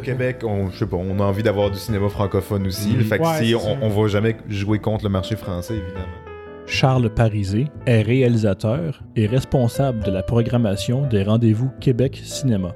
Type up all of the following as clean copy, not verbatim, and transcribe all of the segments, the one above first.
Québec, on a envie d'avoir du cinéma francophone aussi. Fait que si on va jamais jouer contre le marché français, évidemment. Charles Parisé est réalisateur et responsable de la programmation des rendez-vous Québec Cinéma.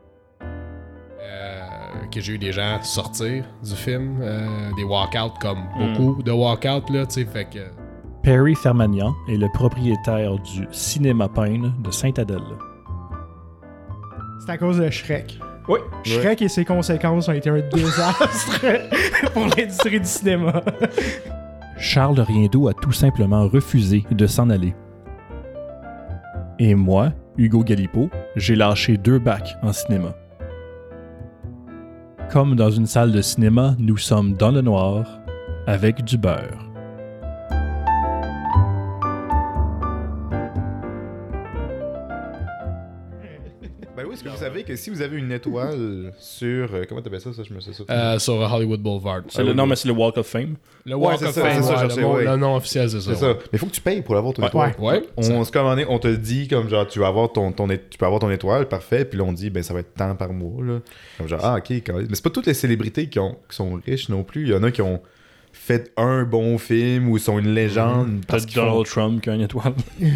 Que j'ai eu des gens sortir du film, des walkouts comme beaucoup de walkouts, là, tu sais, fait que... Perry Fermagnan est le propriétaire du Cinéma Payne de Sainte-Adèle. C'est à cause de Shrek. Oui. Shrek et ses conséquences ont été un désastre pour l'industrie du cinéma. Charles Riendeau a tout simplement refusé de s'en aller. Et moi, Hugo Galipeau, j'ai lâché 2 bacs en cinéma. Comme dans une salle de cinéma, nous sommes dans le noir, avec du beurre. Ben oui, est-ce que vous savez que si vous avez une étoile sur... comment t'appelles ça, je me sais ça? sur Hollywood Boulevard. Non, mais c'est le Walk of Fame. Le Walk of Fame, le nom officiel, c'est ça. C'est ça. Mais il faut que tu payes pour l'avoir ton étoile. Ouais. On te dit comme genre tu vas avoir tu peux avoir ton étoile, parfait, puis là on dit ben ça va être tant par mois là. Comme genre ok, mais c'est pas toutes les célébrités qui sont riches non plus. Il y en a qui ont fait un bon film ou sont une légende. Peut-être Donald Trump qui a une étoile.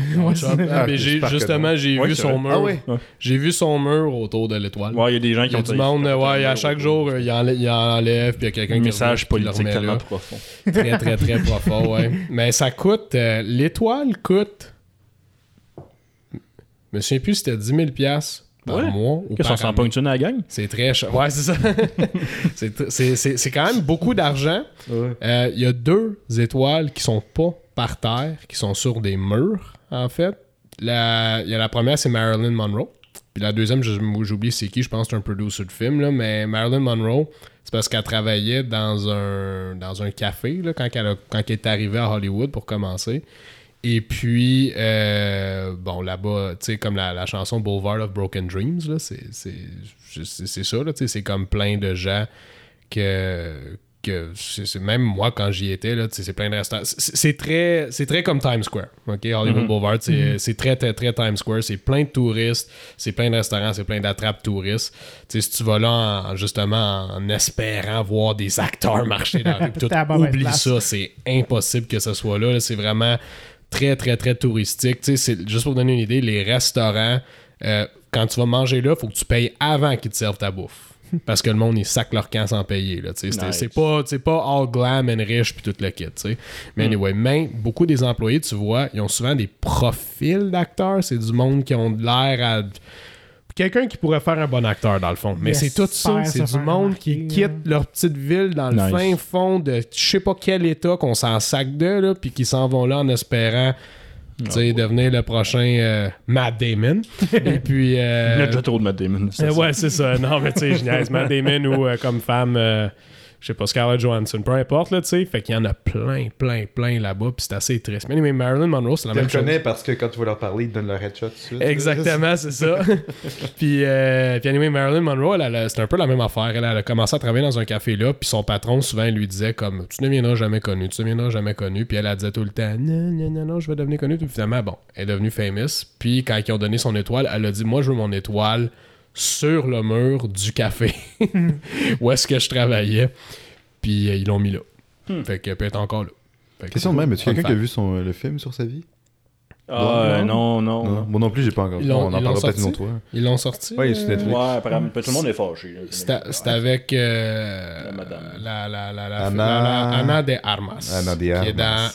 J'ai vu son mur. Ah ouais. J'ai vu son mur autour de l'étoile. Ouais, il y a des gens qui ont du monde, à chaque jour, il enlève, puis il y a quelqu'un qui message politique tellement profond. Très, très, très profond, ouais. Mais ça coûte... l'étoile coûte... Je me souviens plus si c'était 10 000 $. Par mois ou Qu'est-ce qu'on s'en ponctionne à la gang? C'est très cher. Ouais, c'est ça. c'est quand même beaucoup d'argent. Il y a 2 étoiles qui sont pas par terre, qui sont sur des murs, en fait. Il y a la première, c'est Marilyn Monroe. Puis la deuxième, j'oublie c'est qui. Je pense que c'est un producer de film, là. Mais Marilyn Monroe, c'est parce qu'elle travaillait dans un café là, quand elle est arrivée à Hollywood pour commencer. Et puis, là-bas, tu sais, comme la chanson Boulevard of Broken Dreams, là, c'est ça, là, tu sais, c'est comme plein de gens que c'est même moi, quand j'y étais, là, tu sais, c'est plein de restaurants. C'est très comme Times Square, OK? Hollywood Boulevard, c'est très, très, très Times Square. C'est plein de touristes, c'est plein de restaurants, c'est plein d'attrapes touristes. Tu sais, si tu vas là, justement, en espérant voir des acteurs marcher dans la rue, tout, oublie ça, c'est impossible que ce soit là, c'est vraiment... très, très, très touristique. Tu sais, c'est juste pour donner une idée, les restaurants, quand tu vas manger là, il faut que tu payes avant qu'ils te servent ta bouffe. Parce que le monde, ils sacent leur camp sans payer. Là, tu sais. C'est pas all glam and riche puis tout le kit. Tu sais. Mais anyway, beaucoup des employés, tu vois, ils ont souvent des profils d'acteurs. C'est du monde qui ont de l'air à... Quelqu'un qui pourrait faire un bon acteur, dans le fond. Mais c'est tout ça. C'est du monde qui quitte leur petite ville dans le fin fond de je sais pas quel état qu'on s'en sac de, là, puis qui s'en vont là en espérant devenir le prochain Matt Damon. Et puis... Il y a déjà trop de Matt Damon. Ouais, c'est ça. Non, mais tu sais, je niaise. Matt Damon ou comme femme... je sais pas, Scarlett Johansson, peu importe, là, tu sais. Fait qu'il y en a plein là-bas, puis c'est assez triste. Mais Marilyn Monroe, c'est la même chose. Je connais parce que quand tu vas leur parler, ils te donnent leur headshot tout de suite. Exactement, c'est ça. puis anyway, Marilyn Monroe, c'est un peu la même affaire. Elle a commencé à travailler dans un café là, puis son patron, souvent, il lui disait comme « Tu ne deviendras jamais connu, Puis elle disait tout le temps « Non, je vais devenir connu. » Puis finalement, bon, elle est devenue famous. Puis quand ils ont donné son étoile, elle a dit « Moi, je veux mon étoile sur le mur du café où est-ce que je travaillais. » Puis ils l'ont mis là. Fait qu'elle peut être encore là. Question de même, as-tu quelqu'un qui a vu le film sur sa vie? Non. Moi non plus, j'ai pas encore. On en parlera peut-être une autre fois. Ils l'ont sorti? Oui, sur Netflix. Ouais, apparemment, tout le monde est fâché. C'est avec Anna de Armas. Anna de Armas. Qui est dans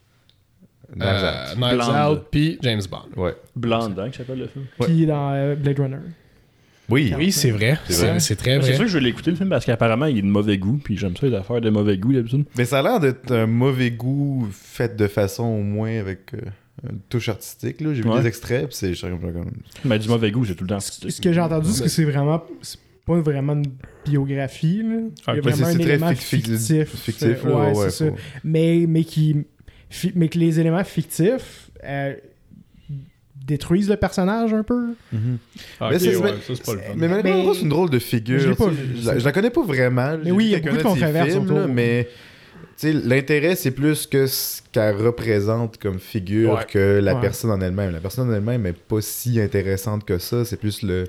Knives Out puis James Bond. Ouais. Blonde, hein, qui s'appelle le film. Puis dans Blade Runner. Oui, c'est vrai. C'est très vrai. C'est sûr que je vais l'écouter le film parce qu'apparemment il est de mauvais goût, puis j'aime ça les affaires de mauvais goût d'habitude. Mais ça a l'air d'être un mauvais goût fait de façon au moins avec une touche artistique. Là. J'ai vu des extraits, puis c'est comme... Mais du mauvais goût, j'ai tout le temps artistique. Ce que j'ai entendu, c'est que c'est pas vraiment une biographie. Là. Il y a vraiment un élément fictif. Ouais, c'est ça. Mais que les éléments fictifs... détruisent le personnage un peu. Ça, c'est pas le fun. Mais Marilyn Monroe, c'est une drôle de figure. Je la connais pas vraiment. Mais oui, il y a beaucoup de controverses autour. Mais l'intérêt, c'est plus que ce qu'elle représente comme figure que la personne en elle-même. La personne en elle-même n'est pas si intéressante que ça. C'est plus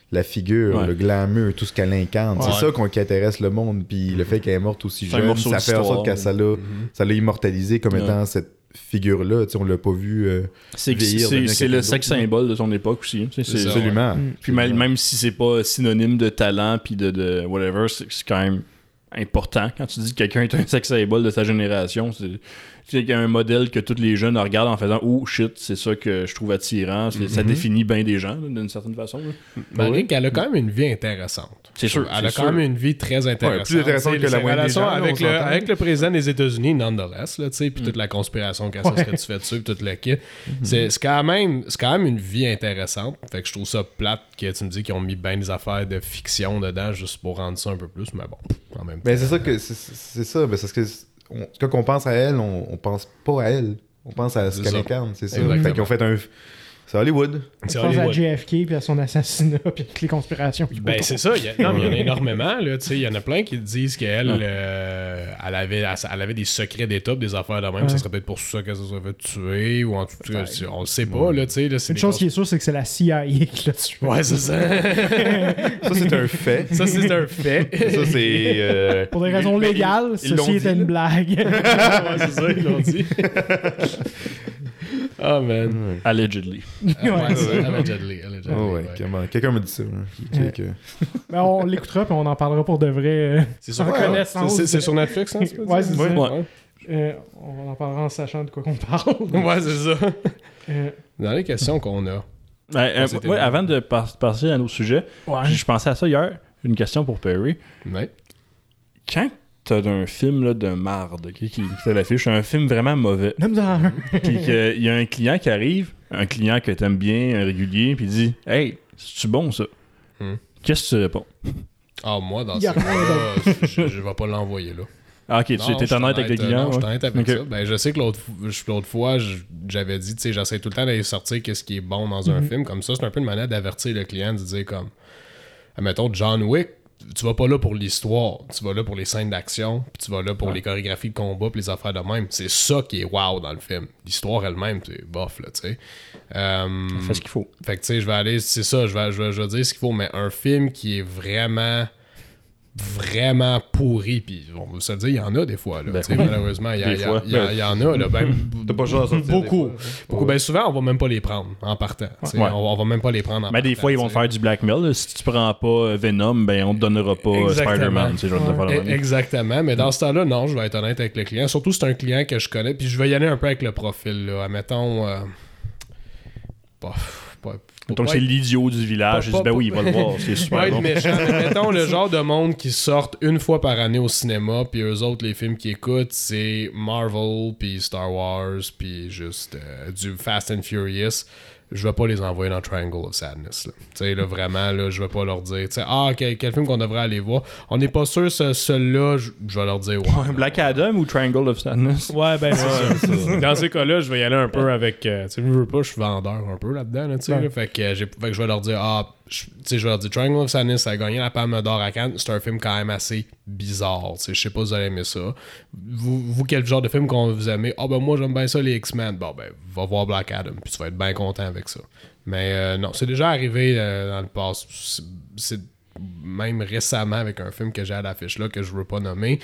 la figure, le glamour, tout ce qu'elle incarne. C'est ça qui intéresse le monde. Puis le fait qu'elle est morte aussi jeune, ça fait en sorte que ça l'a immortalisé comme étant cette figure-là. On l'a pas vu vieillir. C'est le sex symbole de son époque aussi. Absolument. Puis même si c'est pas synonyme de talent puis de whatever, c'est quand même important. Quand tu dis que quelqu'un est un sex symbole de sa génération, c'est un modèle que tous les jeunes regardent en faisant « Oh shit, c'est ça que je trouve attirant. » Ça définit bien des gens, d'une certaine façon. Malgré qu'elle a quand même une vie intéressante. C'est sûr. Elle a quand même une vie très intéressante. Plus intéressante que la moyenne des gens. Avec le président des États-Unis, nonetheless, puis toute la conspiration qu'elle sait ce que tu fais dessus, tout le kit. C'est quand même une vie intéressante. Fait que je trouve ça plate que tu me dis qu'ils ont mis bien des affaires de fiction dedans juste pour rendre ça un peu plus, mais bon, en même temps. Ben c'est ça que c'est ça. Ben, c'est ce que quand on pense à elle, on pense pas à elle. On pense à ce qu'elle incarne, c'est ça. Fait qu'ils ont fait un... C'est Hollywood. Je pense à JFK puis à son assassinat puis à toutes les conspirations. Ben c'est ça. Il y en a énormément. Il y en a plein qui disent qu'elle elle avait des secrets d'État, des affaires de même. Ça serait peut-être pour ça qu'elle se serait fait tuer ou en tout cas, on le sait pas. Là, une chose qui est sûre, c'est que c'est la CIA qui l'a tué. Ouais, c'est ça. Ça, c'est un fait. Ça, c'est... Pour des raisons légales, ceci était une blague. Ouais, c'est ça, ils l'ont dit. Oh man. Allegedly. Allegedly. Quelqu'un m'a dit ça. Ben, on l'écoutera puis on en parlera pour de vrai. C'est sur Netflix, hein? Ouais, c'est ça. On en parlera en sachant de quoi qu'on parle. Ouais, c'est ça. Dans les questions qu'on a. Avant de passer à nos sujets, je pensais à ça hier. Une question pour Perry. Ouais. Quand t'as un film là, de marde qui te l'affiche, un film vraiment mauvais. Puis qu'il y a un client qui arrive, un client que t'aimes bien, un régulier, puis il dit « Hey, c'est-tu bon ça? Qu'est-ce que tu réponds? Ah, moi, dans ce cas-là, je vais pas l'envoyer là. Ah, ok, tu es honnête avec le client? Non, je suis honnête avec ça. Ben, je sais que l'autre fois, j'avais dit, tu sais, j'essaie tout le temps d'aller sortir qu'est-ce qui est bon dans un film. Comme ça, c'est un peu une manière d'avertir le client, de dire comme, admettons, John Wick, tu vas pas là pour l'histoire, tu vas là pour les scènes d'action, puis tu vas là pour les chorégraphies de combat, puis les affaires de même. C'est ça qui est wow dans le film. L'histoire elle-même, c'est bof, là, tu sais. Fait ce qu'il faut. Fait que, tu sais, je vais aller, c'est ça, je vais dire ce qu'il faut, mais un film qui est vraiment pourri, puis on va se dire, il y en a des fois, là. Malheureusement, il y en a, là, ben, t'as pas chance beaucoup. Ben souvent, on va même pas les prendre en partant. On va même pas les prendre en partant. Mais des fois, ils vont te faire du blackmail. Là. Si tu prends pas Venom, ben on te donnera pas Spider-Man. Exactement, mais dans ce temps-là, non, je vais être honnête avec le client. Surtout, c'est un client que je connais, puis je vais y aller un peu avec le profil, là. Admettons... Donc c'est l'idiot du village. Je dis, ben oui, il va le voir, c'est super bon. Mettons le genre de monde qui sortent une fois par année au cinéma, puis eux autres, les films qu'ils écoutent, c'est Marvel, puis Star Wars, puis juste du Fast and Furious. Je vais pas les envoyer dans Triangle of Sadness. Tu sais, là, vraiment, là, je vais pas leur dire, tu sais, quel film qu'on devrait aller voir. On n'est pas sûr, celui-là, je vais leur dire, ouais. Black Adam ou Triangle of Sadness? Ouais, ben, c'est ça. Dans ces cas-là, je vais y aller un peu avec, tu sais, je veux pas, je suis vendeur un peu là-dedans, là, tu sais, fait que je vais leur dire, tu sais, je vais leur dire, Triangle of Sadness, ça a gagné la Palme d'Or à Cannes. C'est un film quand même assez bizarre, tu sais, je sais pas si vous allez aimer ça. Vous, quel genre de film qu'on vous aimez? Ben, moi, j'aime bien ça, les X-Men. Bon, ben, va voir Black Adam, puis tu vas être bien content avec ça. Mais non, c'est déjà arrivé dans le passé. C'est même récemment avec un film que j'ai à l'affiche là, que je veux pas nommer,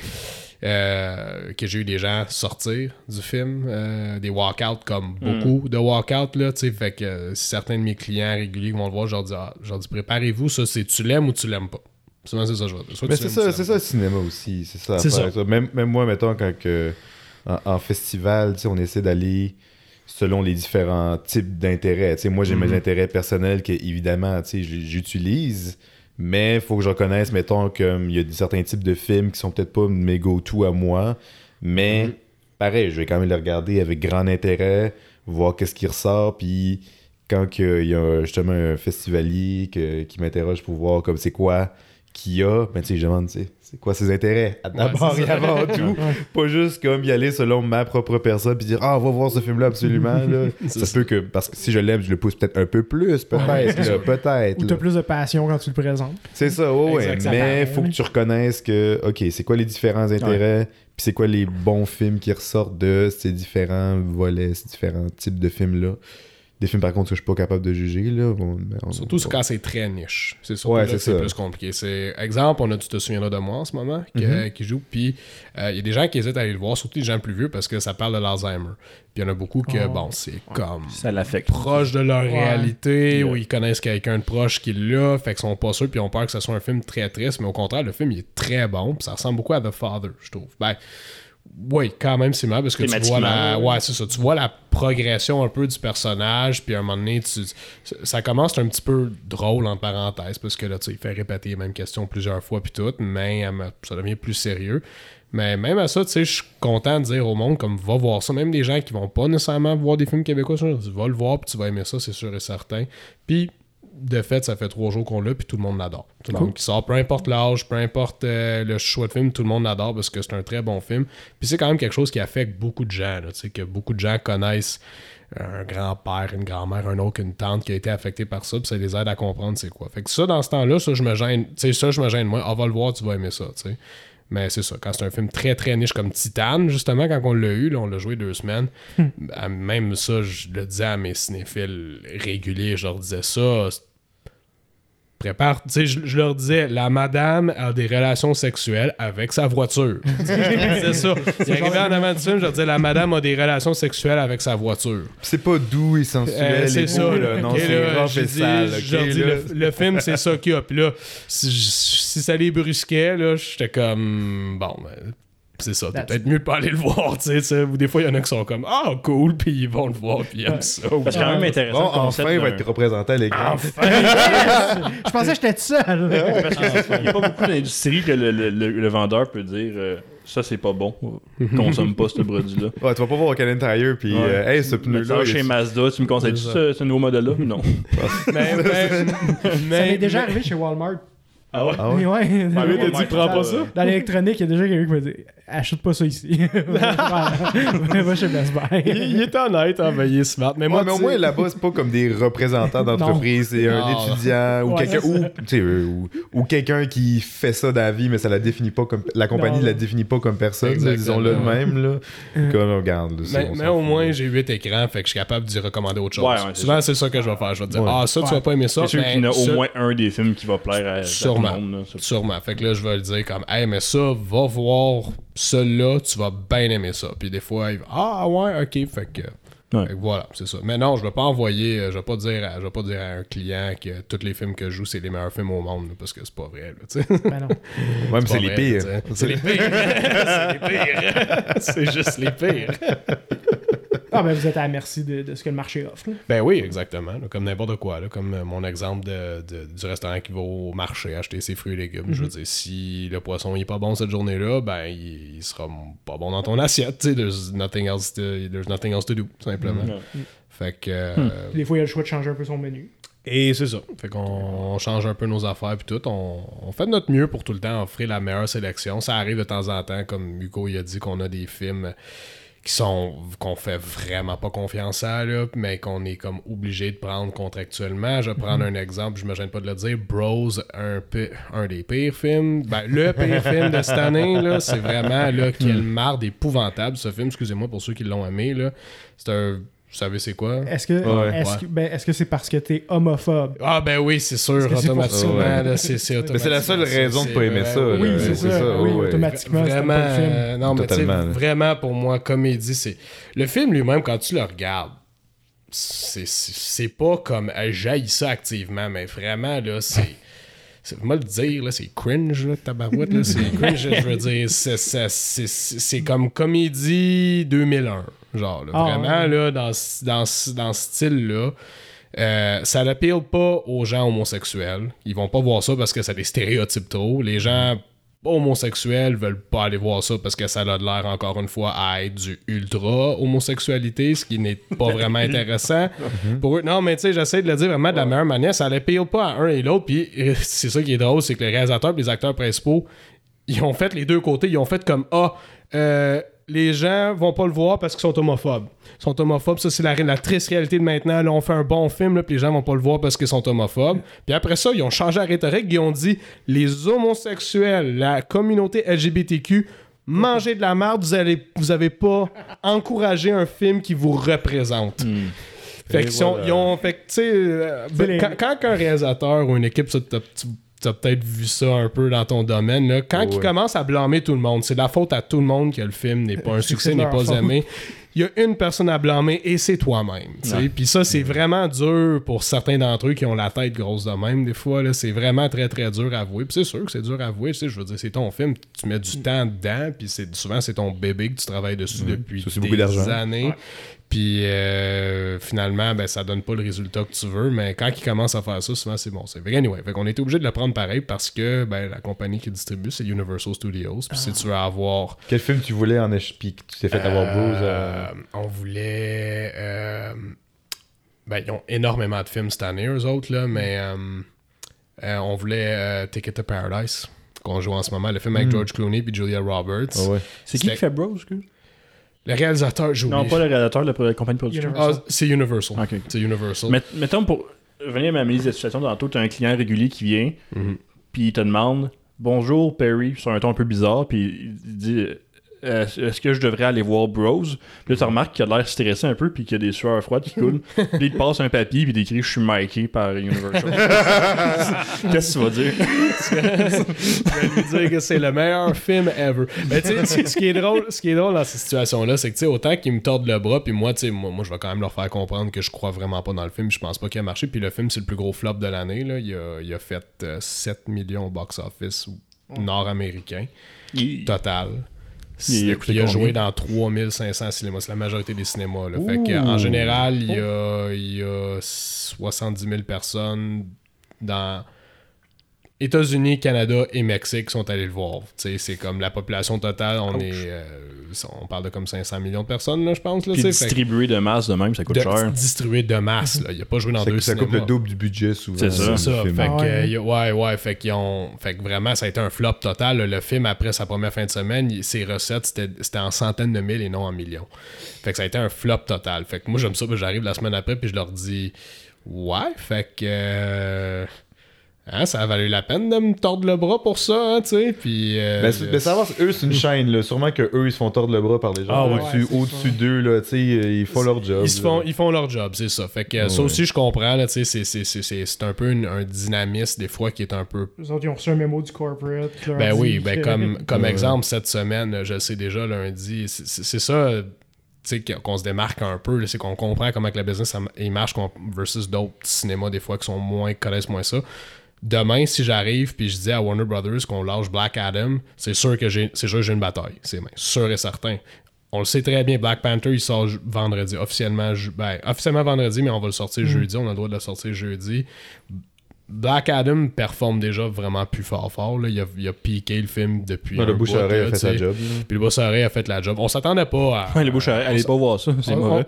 que j'ai eu des gens sortir du film, des walkouts comme beaucoup de walkouts, là, tu sais, fait que certains de mes clients réguliers vont le voir, je leur dis préparez-vous, ça c'est tu l'aimes ou tu l'aimes pas. Souvent c'est ça, je vois. Mais c'est ça le cinéma aussi, c'est ça. C'est ça. Même moi, mettons, quand en festival, tu sais, on essaie d'aller selon les différents types d'intérêts. Tu sais, moi, j'ai mes intérêts personnels que, évidemment, tu sais, j'utilise, mais il faut que je reconnaisse, mettons, qu'il y a certains types de films qui sont peut-être pas mes go-to à moi, mais pareil, je vais quand même les regarder avec grand intérêt, voir qu'est-ce qui ressort, puis quand il y a justement un festivalier qui m'interroge pour voir comme c'est quoi qu'il y a, ben tu sais, je demande, c'est quoi ses intérêts d'abord et avant tout, pas juste comme y aller selon ma propre personne puis dire on va voir ce film là absolument là. Ça se peut que, parce que si je l'aime, je le pousse peut-être un peu plus, peut-être ou t'as plus de passion quand tu le présentes, c'est ça. Mais faut que tu reconnaisses que ok, c'est quoi les différents intérêts, puis c'est quoi les bons films qui ressortent de ces différents volets, ces différents types de films là. Des films, par contre, que je suis pas capable de juger. Là. Surtout quand c'est très niche. C'est sûr ouais, que c'est plus compliqué. Exemple, on a Tu te souviendras de moi en ce moment qui joue. Puis il y a des gens qui hésitent à aller le voir, surtout les gens plus vieux, parce que ça parle de l'Alzheimer. Puis il y en a beaucoup que, c'est comme ça l'affecte. Proche de leur réalité, où ils connaissent quelqu'un de proche qui l'a, fait qu'ils sont pas sûrs, puis ils ont peur que ce soit un film très triste. Mais au contraire, le film il est très bon. Puis ça ressemble beaucoup à The Father, je trouve. Oui, quand même, c'est mal parce que tu vois c'est ça. Tu vois la progression un peu du personnage, puis à un moment donné, ça commence un petit peu drôle, en parenthèse, parce que là, il fait répéter les mêmes questions plusieurs fois, puis tout, mais ça devient plus sérieux. Mais même à ça, tu sais, je suis content de dire au monde, comme, va voir ça. Même des gens qui vont pas nécessairement voir des films québécois, tu vas le voir, puis tu vas aimer ça, c'est sûr et certain. Puis, de fait, ça fait 3 jours qu'on l'a, puis tout le monde l'adore. Tout le monde qui sort, peu importe l'âge, peu importe le choix de film, tout le monde l'adore parce que c'est un très bon film. Puis c'est quand même quelque chose qui affecte beaucoup de gens, tu sais, que beaucoup de gens connaissent un grand-père, une grand-mère, un oncle, une tante qui a été affecté par ça, puis ça les aide à comprendre c'est quoi. Fait que ça, dans ce temps-là, ça, je me gêne. Tu sais, je me gêne. Moi, va le voir, tu vas aimer ça, tu sais. Mais c'est ça, quand c'est un film très très niche comme Titan, justement, quand on l'a eu, là, on l'a joué 2 semaines, même ça, je le disais à mes cinéphiles réguliers, je leur disais ça, prépare, tu sais, je leur disais, la madame a des relations sexuelles avec sa voiture. Je leur disais ça. Il arrivait en avant du film, je leur disais, la madame a des relations sexuelles avec sa voiture. C'est pas doux et sensuel. C'est ça. Là. Non, c'est rough et sale. Je leur dis, le film, c'est ça qu'il y a. Puis là, si ça les brusquait, là, j'étais comme, bon, ben, c'est ça, t'es peut-être mieux de pas aller le voir, tu sais, ou des fois il y en a qui sont comme ah cool, puis ils vont le voir, puis ils aiment ça. C'est quand même intéressant. Bon, enfin, il va être représenté à l'écran. Je pensais que j'étais tout seul. Parce qu'il n'y a pas beaucoup d'industrie que le vendeur peut dire ça c'est pas bon, consomme pas ce produit-là. Ouais, tu vas pas voir au Canadian Tire, puis hey, ce pneu-là. Chez Mazda, tu me conseilles ce nouveau modèle-là? Non. mais ça m'est déjà arrivé chez Walmart. Ah ouais? Mais ouais. T'as dit, prends pas ça? Dans l'électronique, il y a déjà quelqu'un qui m'a dit achète pas ça ici. Va chez Best Buy. Il est honnête, hein, il est smart. Mais moi, mais au moins là-bas, c'est pas comme des représentants d'entreprise, c'est un étudiant ou quelqu'un ou quelqu'un qui fait ça dans la vie, mais ça la définit pas comme. La compagnie ne la définit pas comme personne, disons-le de même. Là. Comme regarde. Mais au moins, j'ai 8 écrans, fait que je suis capable d'y recommander autre chose. Souvent, c'est ça que je vais faire. Je vais te dire ça, tu vas pas aimer ça. C'est sûr qu'il y en a au moins un des films qui va plaire à tout le monde. Sûrement. Fait que là, je vais le dire comme hey, mais ça, va voir celui-là, tu vas bien aimer ça. Puis des fois, il va ah ouais, ok, fait que voilà, c'est ça. Mais non, je vais pas envoyer, je vais pas dire à un client que tous les films que je joue, c'est les meilleurs films au monde, là, parce que c'est pas vrai, là, tu sais. Ben non. Ouais, mais c'est les pires. C'est les pires. C'est les pires. C'est juste les pires. Ah, ben vous êtes à la merci de ce que le marché offre. Là. Ben oui, exactement. Là, comme n'importe quoi. Là, comme mon exemple du restaurant qui va au marché acheter ses fruits et légumes. Je veux dire, si le poisson il est pas bon cette journée-là, ben il sera pas bon dans ton assiette. There's nothing else to do, simplement. Fait que... Des fois, il y a le choix de changer un peu son menu. Et c'est ça. Fait qu'on change un peu nos affaires puis tout. On fait de notre mieux pour tout le temps offrir la meilleure sélection. Ça arrive de temps en temps, comme Hugo il a dit, qu'on a des films qu'on fait vraiment pas confiance à, là, mais qu'on est comme obligé de prendre contractuellement. Je vais prendre un exemple, je me gêne pas de le dire. Bros, un des pires films. Ben, le pire film de cette année, là, c'est vraiment là, quelle marde épouvantable ce film. Excusez-moi pour ceux qui l'ont aimé. Là. C'est un... Vous savez c'est quoi? Est-ce que c'est parce que t'es homophobe? Ah ben oui, c'est sûr, automatiquement. Là, c'est mais c'est la seule raison de pas aimer ça. Oui, c'est ça. Oui, automatiquement, vraiment, c'est pas le film. Non, mais vraiment, pour moi, comédie, c'est... Le film lui-même, quand tu le regardes, c'est pas comme j'haïs ça activement, mais vraiment, là, c'est moi le dire, là, c'est cringe, là, tabarouette, là, c'est cringe, je veux dire, c'est comme comédie 2001, genre, là, vraiment, là, dans ce style-là, ça n'appeale pas aux gens homosexuels, ils vont pas voir ça parce que ça les stéréotype trop, les gens homosexuels veulent pas aller voir ça parce que ça a l'air encore une fois à être du ultra homosexualité, ce qui n'est pas vraiment intéressant pour eux. Non mais tu sais, j'essaie de le dire vraiment de la meilleure manière, ça les paye pas à un et l'autre, puis c'est ça qui est drôle, c'est que les réalisateurs et les acteurs principaux, ils ont fait les deux côtés, ils ont fait comme les gens vont pas le voir parce qu'ils sont homophobes. Ils sont homophobes, ça c'est la triste réalité de maintenant. Là, on fait un bon film, là, puis les gens vont pas le voir parce qu'ils sont homophobes. Puis après ça, ils ont changé la rhétorique, ils ont dit les homosexuels, la communauté LGBTQ, mangez de la merde, vous avez pas encouragé un film qui vous représente. Fait que ils ont fait que, tu sais, quand un réalisateur ou une équipe, ça, t'as peut-être vu ça un peu dans ton domaine, là, quand ils commencent à blâmer tout le monde, c'est de la faute à tout le monde que le film n'est pas un succès, n'est pas aimé. Il y a une personne à blâmer et c'est toi-même. Puis ça, c'est vraiment dur pour certains d'entre eux qui ont la tête grosse de même. Des fois, là, c'est vraiment très, très dur à avouer. Puis c'est sûr que c'est dur à avouer. Je veux dire, c'est ton film, tu mets du temps dedans, puis souvent, c'est ton bébé que tu travailles dessus depuis des années. Ouais. Puis finalement, ben, ça donne pas le résultat que tu veux, mais quand ils commencent à faire ça, souvent c'est bon. Anyway, fait qu'on était obligé de le prendre pareil parce que ben, la compagnie qui distribue, c'est Universal Studios. Puis si tu veux avoir... Quel film tu voulais en HP que tu t'es fait avoir Bruce? On voulait... Ben, ils ont énormément de films cette année, eux autres, là, mais on voulait Ticket to Paradise, qu'on joue en ce moment. Le film avec George Clooney puis Julia Roberts. Oh, ouais. C'est qui fait Bros? Le réalisateur joue. Non, pas le réalisateur, la compagnie de production. C'est Universal. Okay. C'est Universal. Mettons, pour venir à ma mise de situation, tantôt, tu as un client régulier qui vient, puis il te demande « Bonjour, Perry », sur un ton un peu bizarre, puis il dit est-ce que je devrais aller voir Bros? Puis là, tu remarques qu'il a l'air stressé un peu, puis qu'il y a des sueurs froides qui coulent. Puis il te passe un papier, puis il écrit « Je suis Mikey par Universal ». Qu'est-ce que tu vas dire? Je vais lui dire que c'est le meilleur film ever. Mais tu sais, ce qui est drôle dans cette situation-là, c'est que tu sais, autant qu'ils me tordent le bras, puis moi, tu sais, moi, je vais quand même leur faire comprendre que je crois vraiment pas dans le film, je pense pas qu'il a marché. Puis le film, c'est le plus gros flop de l'année. Là. Il a fait 7 millions au box-office nord-américain total. Il a joué dans 3500 cinémas. C'est la majorité des cinémas. Là. Fait qu'en général, il y a 70 000 personnes dans États-Unis, Canada et Mexique qui sont allés le voir. T'sais, c'est comme la population totale. On parle de comme 500 millions de personnes, là, je pense. Là, puis distribuer de masse de même, ça coûte cher. Distribuer de masse. Là. Il n'a pas joué dans deux cinémas. Ça coûte le double du budget souvent. C'est ça. Fait que, fait que vraiment, ça a été un flop total. Là. Le film, après sa première fin de semaine, ses recettes, c'était en centaines de mille et non en millions. Fait que ça a été un flop total. Fait que moi, j'aime ça. J'arrive la semaine après puis je leur dis ouais, fait que... ça a valu la peine de me tordre le bras pour ça, hein, tu sais. Puis. Savoir, eux, c'est une chaîne, là. Sûrement qu'eux, ils se font tordre le bras par des gens au-dessus d'eux, là. Tu sais, ils font leur job. Ils font leur job, c'est ça. Fait que ça aussi, je comprends, là. Tu sais, c'est un peu un dynamisme, des fois, qui est un peu. Les autres, ils ont reçu un mémo du corporate. Ben oui, comme exemple, cette semaine, je le sais déjà, lundi, c'est ça. Tu sais, qu'on se démarque un peu, là, c'est qu'on comprend comment que la business il marche versus d'autres cinémas, des fois, qui connaissent moins ça. Demain, si j'arrive puis je dis à Warner Brothers qu'on lâche Black Adam, c'est sûr que j'ai une bataille. C'est sûr et certain. On le sait très bien, Black Panther, il sort vendredi. Officiellement vendredi, mais on va le sortir jeudi. On a le droit de le sortir jeudi. Black Adam performe déjà vraiment plus fort. Là. Il a piqué le film depuis le bouche-oreille a fait la job. Puis le bouche-oreille a fait la job. On s'attendait pas à... le bouche-oreille, allez pas voir ça, c'est mauvais.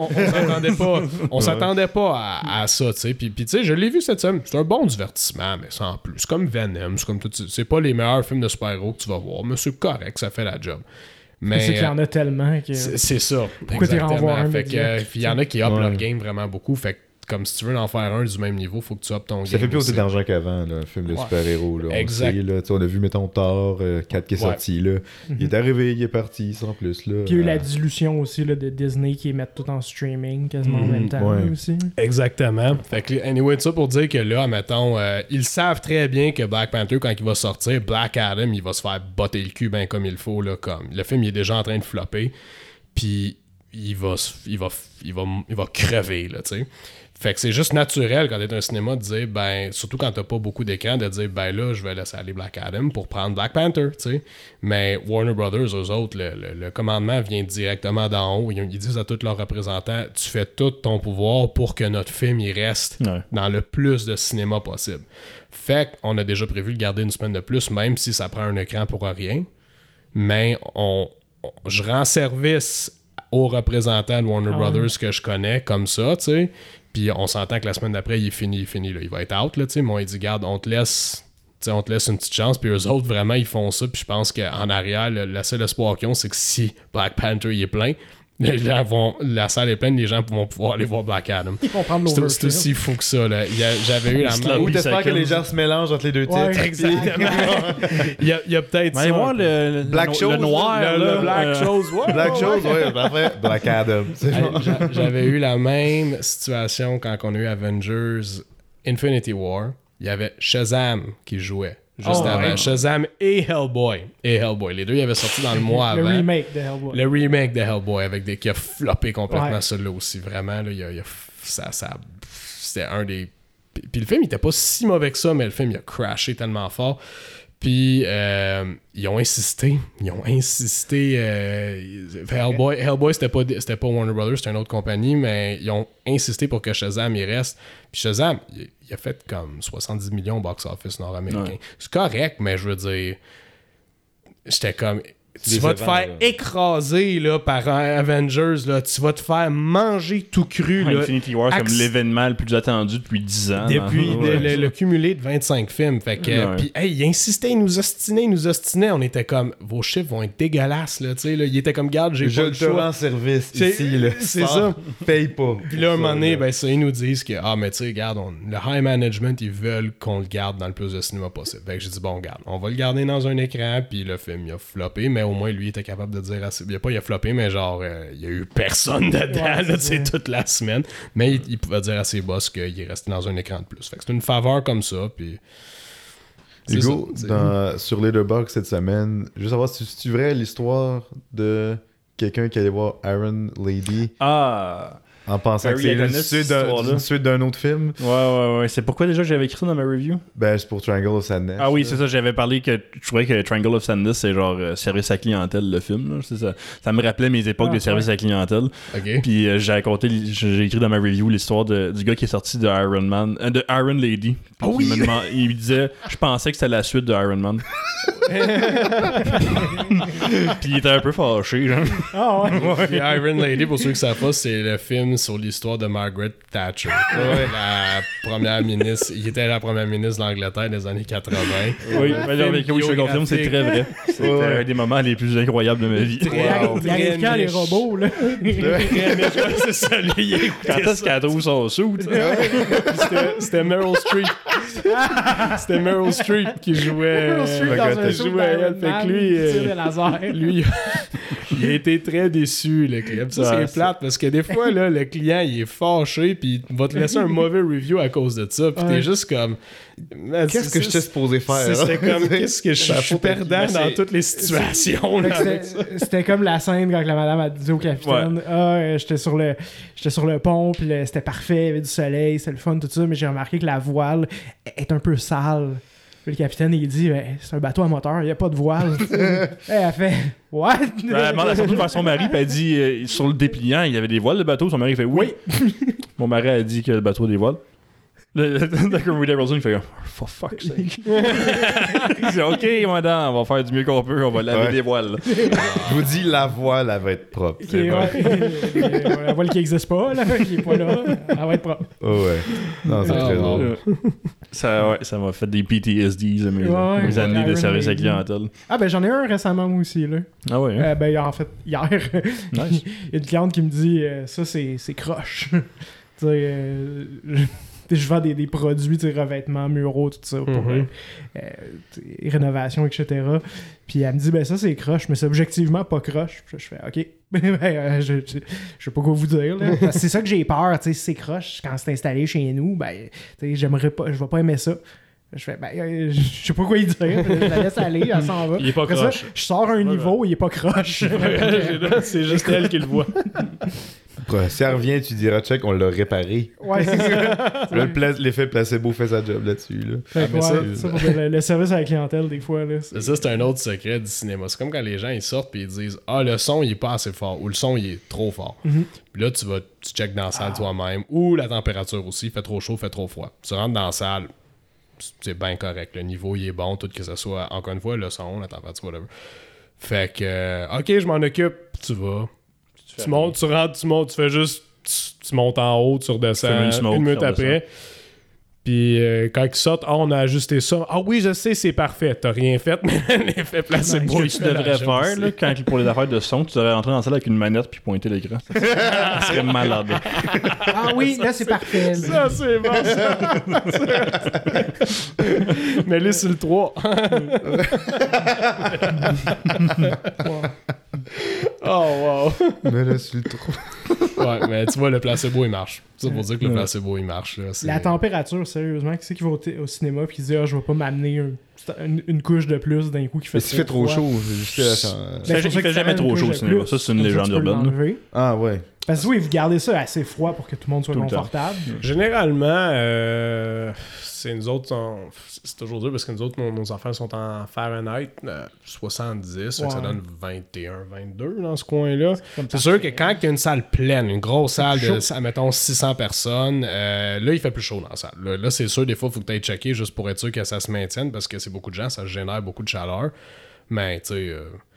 On s'attendait pas à ça, tu sais. Puis tu sais, je l'ai vu cette semaine. C'est un bon divertissement, mais sans plus. C'est comme Venom, c'est comme tout. C'est pas les meilleurs films de super-héros que tu vas voir, mais c'est correct, ça fait la job. Mais c'est qu'il y en a tellement que... C'est ça. Pourquoi t'es renvoies un? Fait que il y en a qui up leur game vraiment beaucoup. Fait que comme si tu veux en faire un du même niveau, faut que tu uppes ton game. Ça fait plus aussi d'argent qu'avant, là, un film de super-héros. Là. Exact. On a vu, mettons, Thor 4 qui est sorti. Là. Il est arrivé, il est parti, sans plus. Là. Puis il y a eu la dilution aussi là, de Disney qui mettent tout en streaming quasiment en même temps aussi. Exactement. Fait que, anyway, ça pour dire que là, mettons, ils savent très bien que Black Panther, quand il va sortir, Black Adam, il va se faire botter le cul ben comme il faut. Là, comme. Le film, il est déjà en train de flopper. Puis il va crever, là, tu sais. Fait que c'est juste naturel quand t'es un cinéma de dire, ben, surtout quand t'as pas beaucoup d'écran, de dire, ben là, je vais laisser aller Black Adam pour prendre Black Panther, tu sais. Mais Warner Brothers, eux autres, le commandement vient directement d'en haut. Ils disent à tous leurs représentants, tu fais tout ton pouvoir pour que notre film, il reste dans le plus de cinéma possible. Fait qu'on a déjà prévu de garder une semaine de plus, même si ça prend un écran pour rien. Mais je rends service aux représentants de Warner Brothers que je connais comme ça, tu sais. Puis on s'entend que la semaine d'après, il est fini, là. Il va être out, là, tu sais. Moi, il dit, garde, on te laisse une petite chance. Puis eux autres, vraiment, ils font ça. Puis je pense qu'en arrière, le seul espoir qu'ils ont, c'est que si Black Panther, il est plein, La salle est pleine, les gens vont pouvoir aller voir Black Adam. Ils vont prendre l'over. C'est aussi fou que ça. Là. J'avais eu la main. Ou t'espères que les gens se mélangent entre les deux titres. Ouais, exactement. il y a peut-être ça. Allez voir le noir. Le Black Chose. Black Chose, ouais, parfait. Black Adam. J'avais eu la même situation quand on a eu Avengers Infinity War. Il y avait Shazam qui jouait. Juste avant. Ouais. Shazam et Hellboy. Les deux, ils avaient sorti dans le mois avant. Le remake de Hellboy. Le remake de Hellboy qui a floppé complètement celui-là aussi. Vraiment, là, c'était un des... Puis le film, il était pas si mauvais que ça, mais le film, il a crashé tellement fort. Puis, ils ont insisté. Hellboy, c'était pas Warner Brothers, c'était une autre compagnie, mais ils ont insisté pour que Shazam y reste. Puis Shazam, il a fait comme 70 millions au box-office nord-américain. Ouais. C'est correct, mais je veux dire, j'étais comme... Tu vas te faire écraser là, par un Avengers, là. Tu vas te faire manger tout cru. Là. Infinity War, c'est comme l'événement le plus attendu depuis 10 ans. Depuis le cumulé de 25 films. Fait que, puis, il insistait, il nous ostinait. On était comme, vos chiffres vont être dégueulasses. Là, là. Il était comme, garde, j'ai pas le choix. Je te rends service ici. Là. C'est ça. Paye pas. Puis là, un moment donné, ils nous disent que, mais tu sais, regarde, le high management, ils veulent qu'on le garde dans le plus de cinéma possible. Fait que j'ai dit, bon, regarde, on va le garder dans un écran. Puis le film, il a floppé, mais au moins, lui, il était capable de dire assez... Il a floppé, mais genre, il y a eu personne dedans, toute la semaine. Mais il pouvait dire à ses boss qu'il est resté dans un écran de plus. Fait que c'est une faveur comme ça, puis... Hugo, sur Letterboxd cette semaine, je veux savoir si tu vrai l'histoire de quelqu'un qui allait voir Iron Lady. En pensant que c'est une suite d'un autre film. Ouais. C'est pourquoi déjà j'avais écrit ça dans ma review? Ben, c'est pour Triangle of Sadness. Ah oui, c'est ça. J'avais parlé que je trouvais que Triangle of Sadness, c'est genre service à clientèle, le film. Là, c'est ça. Ça me rappelait mes époques de service à clientèle. Okay. Puis j'ai écrit dans ma review l'histoire du gars qui est sorti de Iron Man, de Iron Lady. Il me disait, je pensais que c'était la suite de Iron Man. Puis il était un peu fâché, genre. Ah ouais. Puis Iron Lady, pour ceux qui savent pas, c'est le film sur l'histoire de Margaret Thatcher. La première ministre. Il était la première ministre d'Angleterre des années 80. Oui, je te confirme, c'est très vrai. C'était un des moments les plus incroyables de ma vie. Il arrive quand les robots, là? C'est ça, lui. Quand est-ce qu'elle trouve son sou? C'était Meryl Streep. C'était Meryl Streep qui jouait. Meryl Streep dans un show d'Iron Man, lui, il a été très déçu, le client. Ça, c'est plate parce que des fois, là, le client, il est fâché puis il va te laisser un mauvais review à cause de ça. Puis t'es juste comme... Qu'est-ce que je t'ai supposé faire? C'était comme, qu'est-ce que je suis perdant dans toutes les situations. Là, c'était comme la scène quand la madame a dit au capitaine, j'étais sur le pont, puis c'était parfait, il y avait du soleil, c'était le fun, tout ça, mais j'ai remarqué que la voile est un peu sale. Puis le capitaine, il dit, c'est un bateau à moteur, il n'y a pas de voile. Elle fait, what? Elle demande à surtout vers son mari, puis elle dit, sur le dépliant, il y avait des voiles de bateau. Son mari fait, oui. Mon mari a dit que le bateau a des voiles. D'accord, Woody Harrelson, il fait for fuck's sake. Il dit ok, madame, on va faire du mieux qu'on peut, on va laver des voiles. Je vous dis, la voile, elle va être propre. Okay, la voile qui n'existe pas, là, qui n'est pas là, elle va être propre. Oh ouais. Non, c'est très drôle. Ça m'a fait des PTSD, mes années de service à clientèle. Ah, ben j'en ai un récemment, moi aussi, là. Ah ouais? Hein? Ben, en fait, hier, nice. Il y a une cliente qui me dit, ça, c'est croche. Tu sais, je vends des produits, revêtements, muraux, tout ça, pour rénovation, etc. Puis elle me dit, ben ça, c'est croche, mais c'est objectivement pas croche. Puis je fais, OK. Je sais pas quoi vous dire, là. Parce que c'est ça que j'ai peur, tu sais, si c'est croche, quand c'est installé chez nous, ben, tu sais, j'aimerais pas, je vais pas aimer ça. Je fais, je sais pas quoi y dire. Je la laisse aller, elle s'en va. Il est pas après croche. Ça, je sors un niveau, il est pas croche. C'est juste elle qui le voit. Si elle revient, tu diras, check, on l'a réparé. Ouais, c'est ça. Là, l'effet placebo fait sa job là-dessus. Là. Ça pour le service à la clientèle, des fois. Là, ça, c'est un autre secret du cinéma. C'est comme quand les gens ils sortent et ils disent le son, il est pas assez fort ou le son, il est trop fort. Puis là, tu checkes dans la salle toi-même ou la température aussi. Il fait trop chaud, il fait trop froid. Tu rentres dans la salle, c'est bien correct. Le niveau, il est bon, tout que ce soit, encore une fois, le son, la température, whatever. Fait que, OK, je m'en occupe. Tu vas. Tu montes, tu rentres, tu montes, tu fais juste... Tu montes en haut, tu redescends une minute après. Puis quand ils sortent, on a ajusté ça. Ah oui, je sais, c'est parfait. T'as rien fait, mais l'effet placebo. Ce que tu devrais faire, là, quand, pour les affaires de son, tu devrais rentrer dans la salle avec une manette puis pointer l'écran. Ça serait malade. Ah oui, là, c'est parfait. Ça, c'est bon, ça. Mets-les sur le 3. Oh, wow. Mais là, c'est le trop. Ouais, mais tu vois, le placebo, il marche. Ça pour dire que le placebo, il marche. Là, La température, sérieusement, qui c'est qui va au cinéma puis qui dit je vais pas m'amener une couche de plus d'un coup qui fait Mais s'il fait trop chaud, c'est juste Il fait jamais trop chaud au cinéma. Ça, c'est une légende urbaine. Ah ouais. Parce que oui, vous gardez ça assez froid pour que tout le monde soit confortable. Généralement, c'est nous autres, c'est toujours dur parce que nous autres, nos affaires sont en Fahrenheit 70, ça donne 21, 22 dans ce coin-là. C'est sûr que quand il y a une salle pleine, une grosse salle de, mettons, 600 personnes, là, il fait plus chaud dans la salle. Là, c'est sûr, des fois, il faut que tu ailles checker juste pour être sûr que ça se maintienne parce que c'est beaucoup de gens, ça génère beaucoup de chaleur. Mais, tu sais...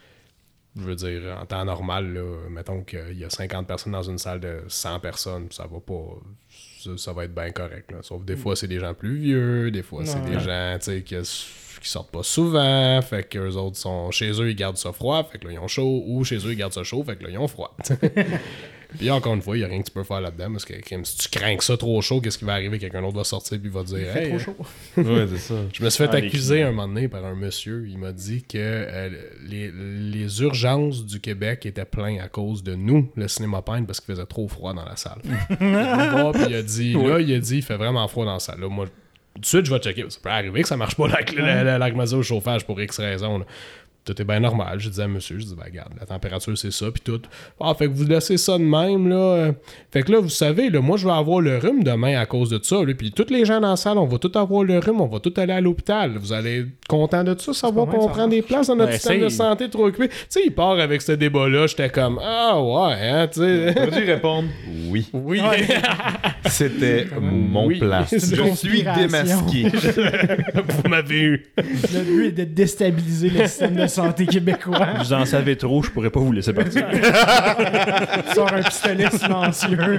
je veux dire, en temps normal, là, mettons qu'il y a 50 personnes dans une salle de 100 personnes, ça va pas... Ça va être bien correct. Là. Sauf des fois, c'est des gens plus vieux, des fois, c'est des gens qui sortent pas souvent, fait qu'eux autres sont chez eux, ils gardent ça froid, fait que là, ils ont chaud, ou chez eux, ils gardent ça chaud, fait que là, ils ont froid. Puis encore une fois, il n'y a rien que tu peux faire là-dedans, parce que si tu crains que ça trop chaud, qu'est-ce qui va arriver? Quelqu'un d'autre va sortir puis va dire « Hey, trop chaud. » Ouais, c'est ça. Je me suis fait accuser un moment donné par un monsieur. Il m'a dit que les urgences du Québec étaient pleines à cause de nous, le Cinéma Pine, parce qu'il faisait trop froid dans la salle. Puis il a dit, il fait vraiment froid dans la salle. Là, moi, tout de suite, je vais checker. Ça peut arriver que ça marche pas la climatisation au chauffage pour X raisons. Là. Tout est bien normal. Je disais à monsieur, je dis, ben regarde, la température c'est ça, puis tout. Ah, fait que vous laissez ça de même, là. Fait que là, vous savez, là, moi je vais avoir le rhume demain à cause de ça, là. Puis tous les gens dans la salle, on va tous avoir le rhume, on va tous aller à l'hôpital. Vous allez être content de ça, savoir qu'on prend des places dans notre système de santé trop occupé. Tu sais, il part avec ce débat-là, j'étais comme, ah ouais, hein, tu sais. T'aurais dû répondre oui. Oui. C'était mon plan. Je suis démasqué. Vous m'avez eu. Le but est de déstabiliser le système de santé québécois. Vous en savez trop, je pourrais pas vous laisser partir. Sors un pistolet silencieux.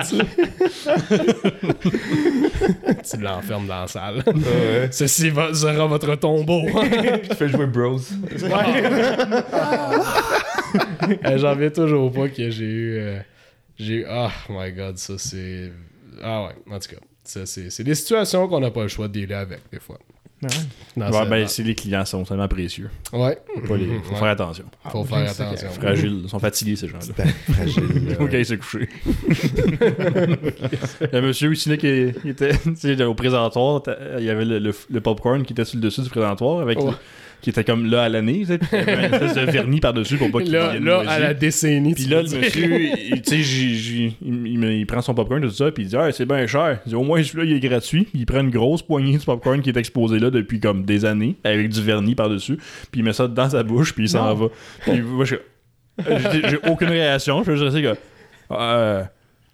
Tu l'enfermes dans la salle. Ouais. Ceci sera votre tombeau. Tu fais jouer Bros. J'en viens toujours pas que j'ai eu... Oh my god, ça c'est... Ah ouais, en tout cas. C'est des situations qu'on n'a pas le choix de dealer avec, des fois. C'est les clients sont tellement précieux. Ouais. Faut faire attention. Faut faire attention. Fragiles. Ils sont fatigués, ces gens-là. Fragile. Faut qu'il se coucher. Le monsieur aussi là, qui était au présentoir, il y avait le popcorn qui était sur le dessus du présentoir avec qui était comme là à l'année, tu sais, il y avait une espèce de vernis par-dessus pour pas qu'il vienne là à la décennie. Puis là, le monsieur, tu sais, il prend son popcorn tout ça, puis il dit c'est bien cher. Il dit au moins celui-là il est gratuit. Puis il prend une grosse poignée de popcorn qui est exposé là depuis comme des années avec du vernis par-dessus, puis il met ça dans sa bouche, puis il s'en va. Puis moi j'ai aucune réaction, je fais juste que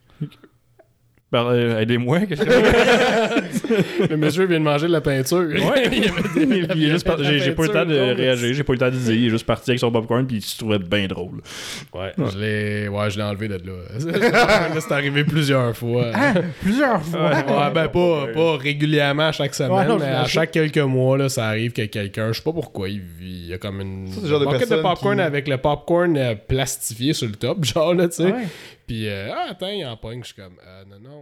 aidez-moi. Le monsieur vient de manger de la peinture. Ouais. J'ai pas eu le temps de réagir, j'ai pas eu le temps de dire. Il est juste parti avec son popcorn puis il se trouvait bien drôle. Ouais. Je l'ai enlevé de là. C'est arrivé plusieurs fois. Plusieurs fois? Ouais, ben pas régulièrement chaque semaine, mais à chaque quelques mois, là, ça arrive que quelqu'un, je sais pas pourquoi, il y a comme une bucket de popcorn avec le popcorn plastifié sur le top, genre là, tu sais. Ouais. Puis, attends, il en pogne. Je suis comme, non.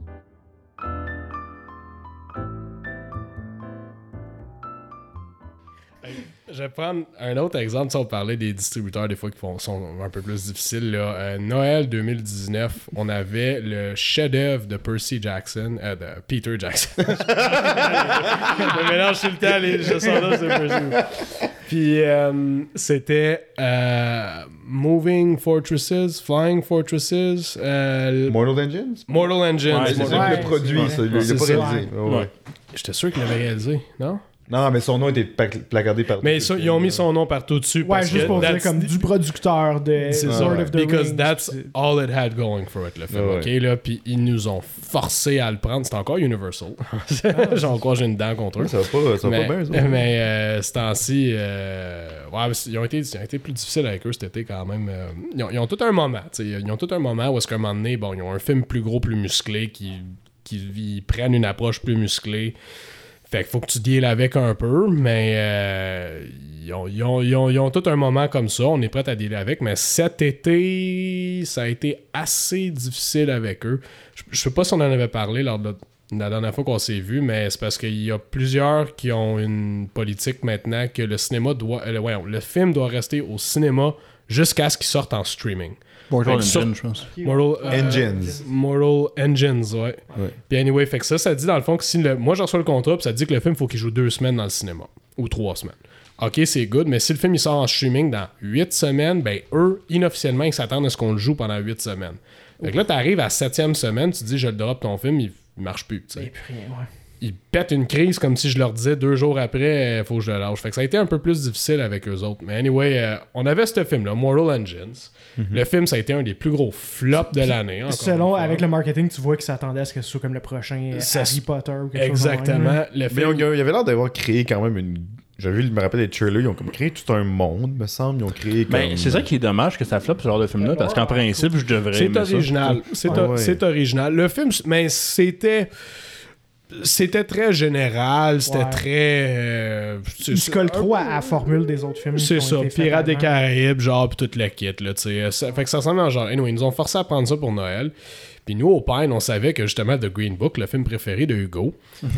Je vais prendre un autre exemple. On parlait des distributeurs, des fois, qui sont un peu plus difficiles. Là. Noël 2019, on avait le chef-d'œuvre de Percy Jackson, de Peter Jackson. Je mélange tout le temps les chansons-là, c'est Percy. Puis, c'était Moving Fortresses, Flying Fortresses. Mortal Engines? Mortal Engines. Ouais, c'est ça le produit, ça. Il l'a pas réalisé. Ouais. J'étais sûr qu'il l'avait réalisé, non? Non, mais son nom était placardé partout. Mais ça, ils ont mis son nom partout dessus. Ouais, juste pour dire comme du producteur de Lord of the Rings. Because that's all it had going for it, le film. OK, là, puis ils nous ont forcé à le prendre. C'est encore Universal. J'en crois j'ai une dent contre eux. Ça va pas bien, ça. Mais ce temps-ci, ils ont été plus difficiles avec eux cet été quand même. Ils ont tout un moment. Ils ont tout un moment où est-ce qu'à un moment donné, bon, ils ont un film plus gros, plus musclé qui qu'ils prennent une approche plus musclée. Fait qu'il faut que tu deals avec un peu, mais ils ont tout un moment comme ça. On est prêt à dealer avec, mais cet été, ça a été assez difficile avec eux. Je sais pas si on en avait parlé lors de la dernière fois qu'on s'est vu, mais c'est parce qu'il y a plusieurs qui ont une politique maintenant que le cinéma le film doit rester au cinéma jusqu'à ce qu'il sorte en streaming. Mortal Engines, je pense. Mortal Engines, ouais. Puis anyway, fait que ça dit dans le fond que si moi je reçois le contrat, puis ça dit que le film faut qu'il joue 2 semaines dans le cinéma, ou 3 semaines. Ok, c'est good, mais si le film il sort en streaming dans 8 semaines, ben eux, inofficiellement, ils s'attendent à ce qu'on le joue pendant 8 semaines. Fait que là, t'arrives à la 7e semaine, tu te dis je le drop ton film, il marche plus, tu sais. Ils pètent une crise comme si je leur disais 2 jours après, faut que je le lâche. Fait que ça a été un peu plus difficile avec eux autres. Mais anyway, on avait ce film-là, Mortal Engines. Le film, ça a été un des plus gros flops de l'année. Selon, avec le marketing, tu vois qu'ils s'attendaient à ce que ce soit comme le prochain Harry Potter ou quelque chose. Exactement. Mais il y avait l'air d'avoir créé quand même une... J'ai vu, je me rappelle les trailers, ils ont comme créé tout un monde, me semble. Ils ont créé comme... Ben, c'est ça qui est dommage que ça floppe ce genre de film-là, parce qu'en principe, je devrais C'est original. C'est original. Le film, mais c'était très général, c'était très... il se colle trop à la formule des autres films. C'est ça, Pirates des Caraïbes, genre, pis toute la kit, là, tu sais. Fait que ça ressemble à genre... Anyway, ils nous ont forcé à prendre ça pour Noël. Puis nous, au Pine, on savait que justement The Green Book, le film préféré de Hugo.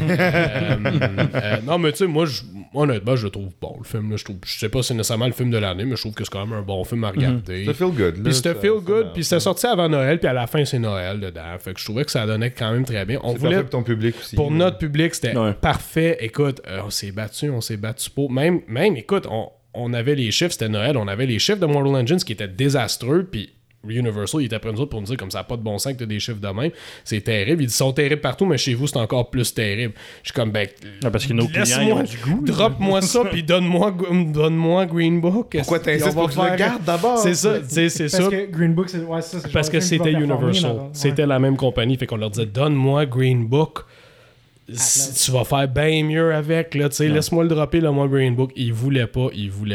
Non, mais tu sais, moi, honnêtement, je le trouve bon, le film. Là, je sais pas si c'est nécessairement le film de l'année, mais je trouve que c'est quand même un bon film à regarder. C'était feel good. Puis c'était feel good, puis c'était sorti avant Noël, puis à la fin, c'est Noël dedans. Fait que je trouvais que ça donnait quand même très bien. On voulait pour ton public aussi. Pour notre public, c'était parfait. Écoute, on s'est battu pour... Même écoute, on avait les chiffres, c'était Noël, on avait les chiffres de Mortal Engines qui étaient désastreux, puis Universal, il était après nous autres pour nous dire comme ça n'a pas de bon sens que t'as des chiffres de même. C'est terrible. Ils sont terribles partout, mais chez vous, c'est encore plus terrible. Je suis comme, parce que nos clients, ils ont du goût. Drop-moi ça, puis donne-moi Green Book. Pourquoi t'insistes pour que je le garde d'abord? C'est ça, c'est ça. Parce que Green Book, c'est parce que c'était Universal. C'était la même compagnie. Fait qu'on leur disait, donne-moi Green Book. Si tu vas faire bien mieux avec, là, tu sais, laisse-moi le dropper, là, moi, Green Book. Il voulait pas.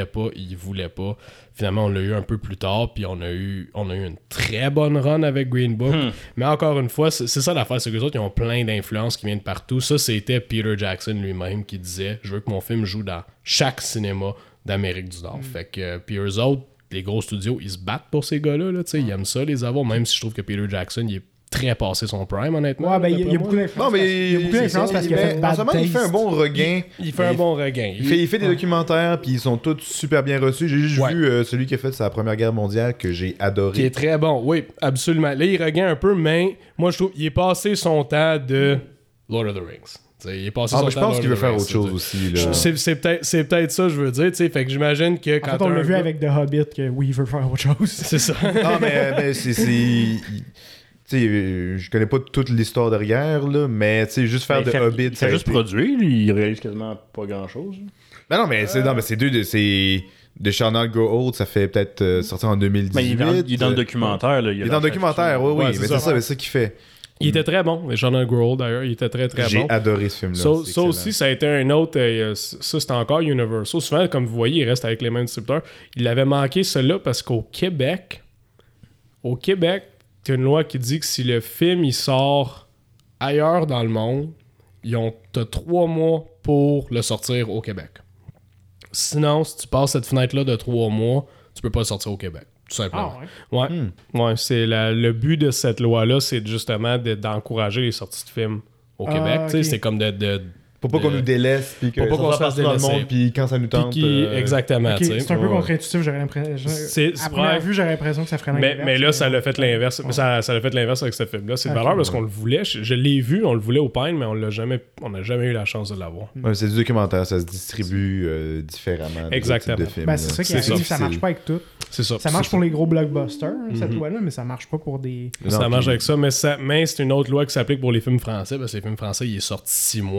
Finalement, on l'a eu un peu plus tard, puis on a eu une très bonne run avec Green Book. Mais encore une fois, c'est ça l'affaire, c'est que les autres, ils ont plein d'influences qui viennent de partout. Ça, c'était Peter Jackson lui-même qui disait « Je veux que mon film joue dans chaque cinéma d'Amérique du Nord. Fait que, puis eux autres, les gros studios, ils se battent pour ces gars-là, là, tu sais, ils aiment ça les avoir, même si je trouve que Peter Jackson, il est très passé son prime, honnêtement. Ouais, ben, il y a beaucoup d'influence. Non, mais il y a beaucoup d'influence parce qu'il a fait Bad Taste. Il fait un bon regain. Il fait un bon regain. Il fait des documentaires, puis ils sont tous super bien reçus. J'ai juste vu celui qui a fait sa Première Guerre mondiale que j'ai adoré. Qui est très bon, oui, absolument. Là, il regagne un peu, mais moi, je trouve qu'il est passé son temps de Lord of the Rings. T'sais, il est passé son temps je pense qu'il veut faire Rings, autre chose aussi. Là. C'est peut-être ça, je veux dire. Fait que j'imagine que quand on l'a vu avec The Hobbit, que oui, il veut faire autre chose. C'est ça. Non, mais c'est... Tu sais, je connais pas toute l'histoire derrière, là, mais tu sais, juste faire de Hobbit... Il fait juste produire, lui, il réalise quasiment pas grand-chose. Ben non, mais c'est de Shall Not Grow Old, ça fait peut-être sortir en 2018. Mais il est dans le documentaire, là. Il est dans le documentaire, oui, mais c'est ça qu'il fait. Il était très bon, Shall Not Grow Old, d'ailleurs, il était très très bon. J'ai adoré ce film-là. Ça aussi, ça a été un autre... ça, c'était encore Universal. Souvent, comme vous voyez, il reste avec les mêmes distributeurs. Il avait manqué cela parce qu'au Québec, il y a une loi qui dit que si le film il sort ailleurs dans le monde, t'as 3 mois pour le sortir au Québec. Sinon, si tu passes cette fenêtre-là de 3 mois, tu peux pas le sortir au Québec. Tout simplement. Ouais, c'est le but de cette loi-là, c'est justement d'encourager les sorties de films au Québec. Okay. C'est comme pour pas qu'on nous délaisse, puis que qu'on se fasse dans le monde, puis quand ça nous tente... Exactement. Okay, c'est un peu contre-intuitif, j'aurais l'impression... À première vue, j'aurais l'impression que ça ferait l'inverse. Mais là, ça l'a fait l'inverse. Ouais. Ça l'a fait l'inverse avec ce film-là. C'est de valeur parce qu'on le voulait. Je l'ai vu, on le voulait au Pine, mais on n'a jamais eu la chance de l'avoir. Ouais, c'est du documentaire, ça se distribue différemment. Exactement. De films, ben, c'est ça qui arrive, ça marche pas avec tout. C'est ça. Ça marche pour les gros blockbusters, cette loi-là, mais ça marche pas pour des... Ça marche avec ça, mais c'est une autre loi qui s'applique pour les films français, parce que les films français, il est sorti 6 mois après.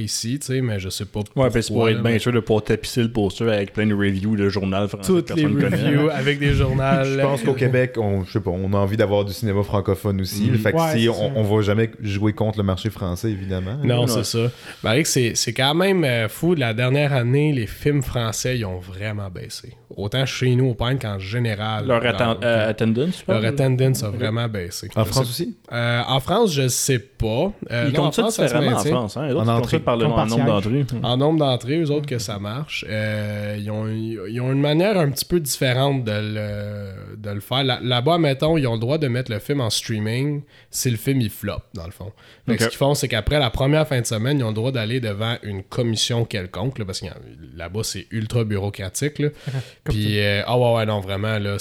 ferait ici, tu sais, mais je sais pas pourquoi. Ouais, puis c'est pour être bien sûr de pouvoir tapisser le poster avec plein de reviews de journal français. Toutes les reviews avec des journaux. Je pense qu'au Québec, je sais pas, on a envie d'avoir du cinéma francophone aussi. Fait que Ouais, si c'est on va jamais jouer contre le marché français, évidemment. Non, Ouais. c'est ça. Ben, c'est quand même fou. La dernière année, les films français, ils ont vraiment baissé. Autant chez nous au Pine qu'en général. Leur attendance, tu Leur parles? attendance a vraiment baissé. En France aussi? En France, je sais pas. Ils non, comptent ça France, se différemment en maintient. France. Hein? Les autres, En ils comptent entrée. ça par le Comme par nombre d'entrées. En nombre d'entrées, eux autres, que ça marche. Ils ont une manière un petit peu différente de le faire. Là-bas, mettons, ils ont le droit de mettre le film en streaming si le film il flop, dans le fond. Fait que Ok. ce qu'ils font, c'est qu'après la première fin de semaine, ils ont le droit d'aller devant une commission quelconque, là, parce que là-bas, c'est ultra bureaucratique. Là. Puis, ouais, non, vraiment, là,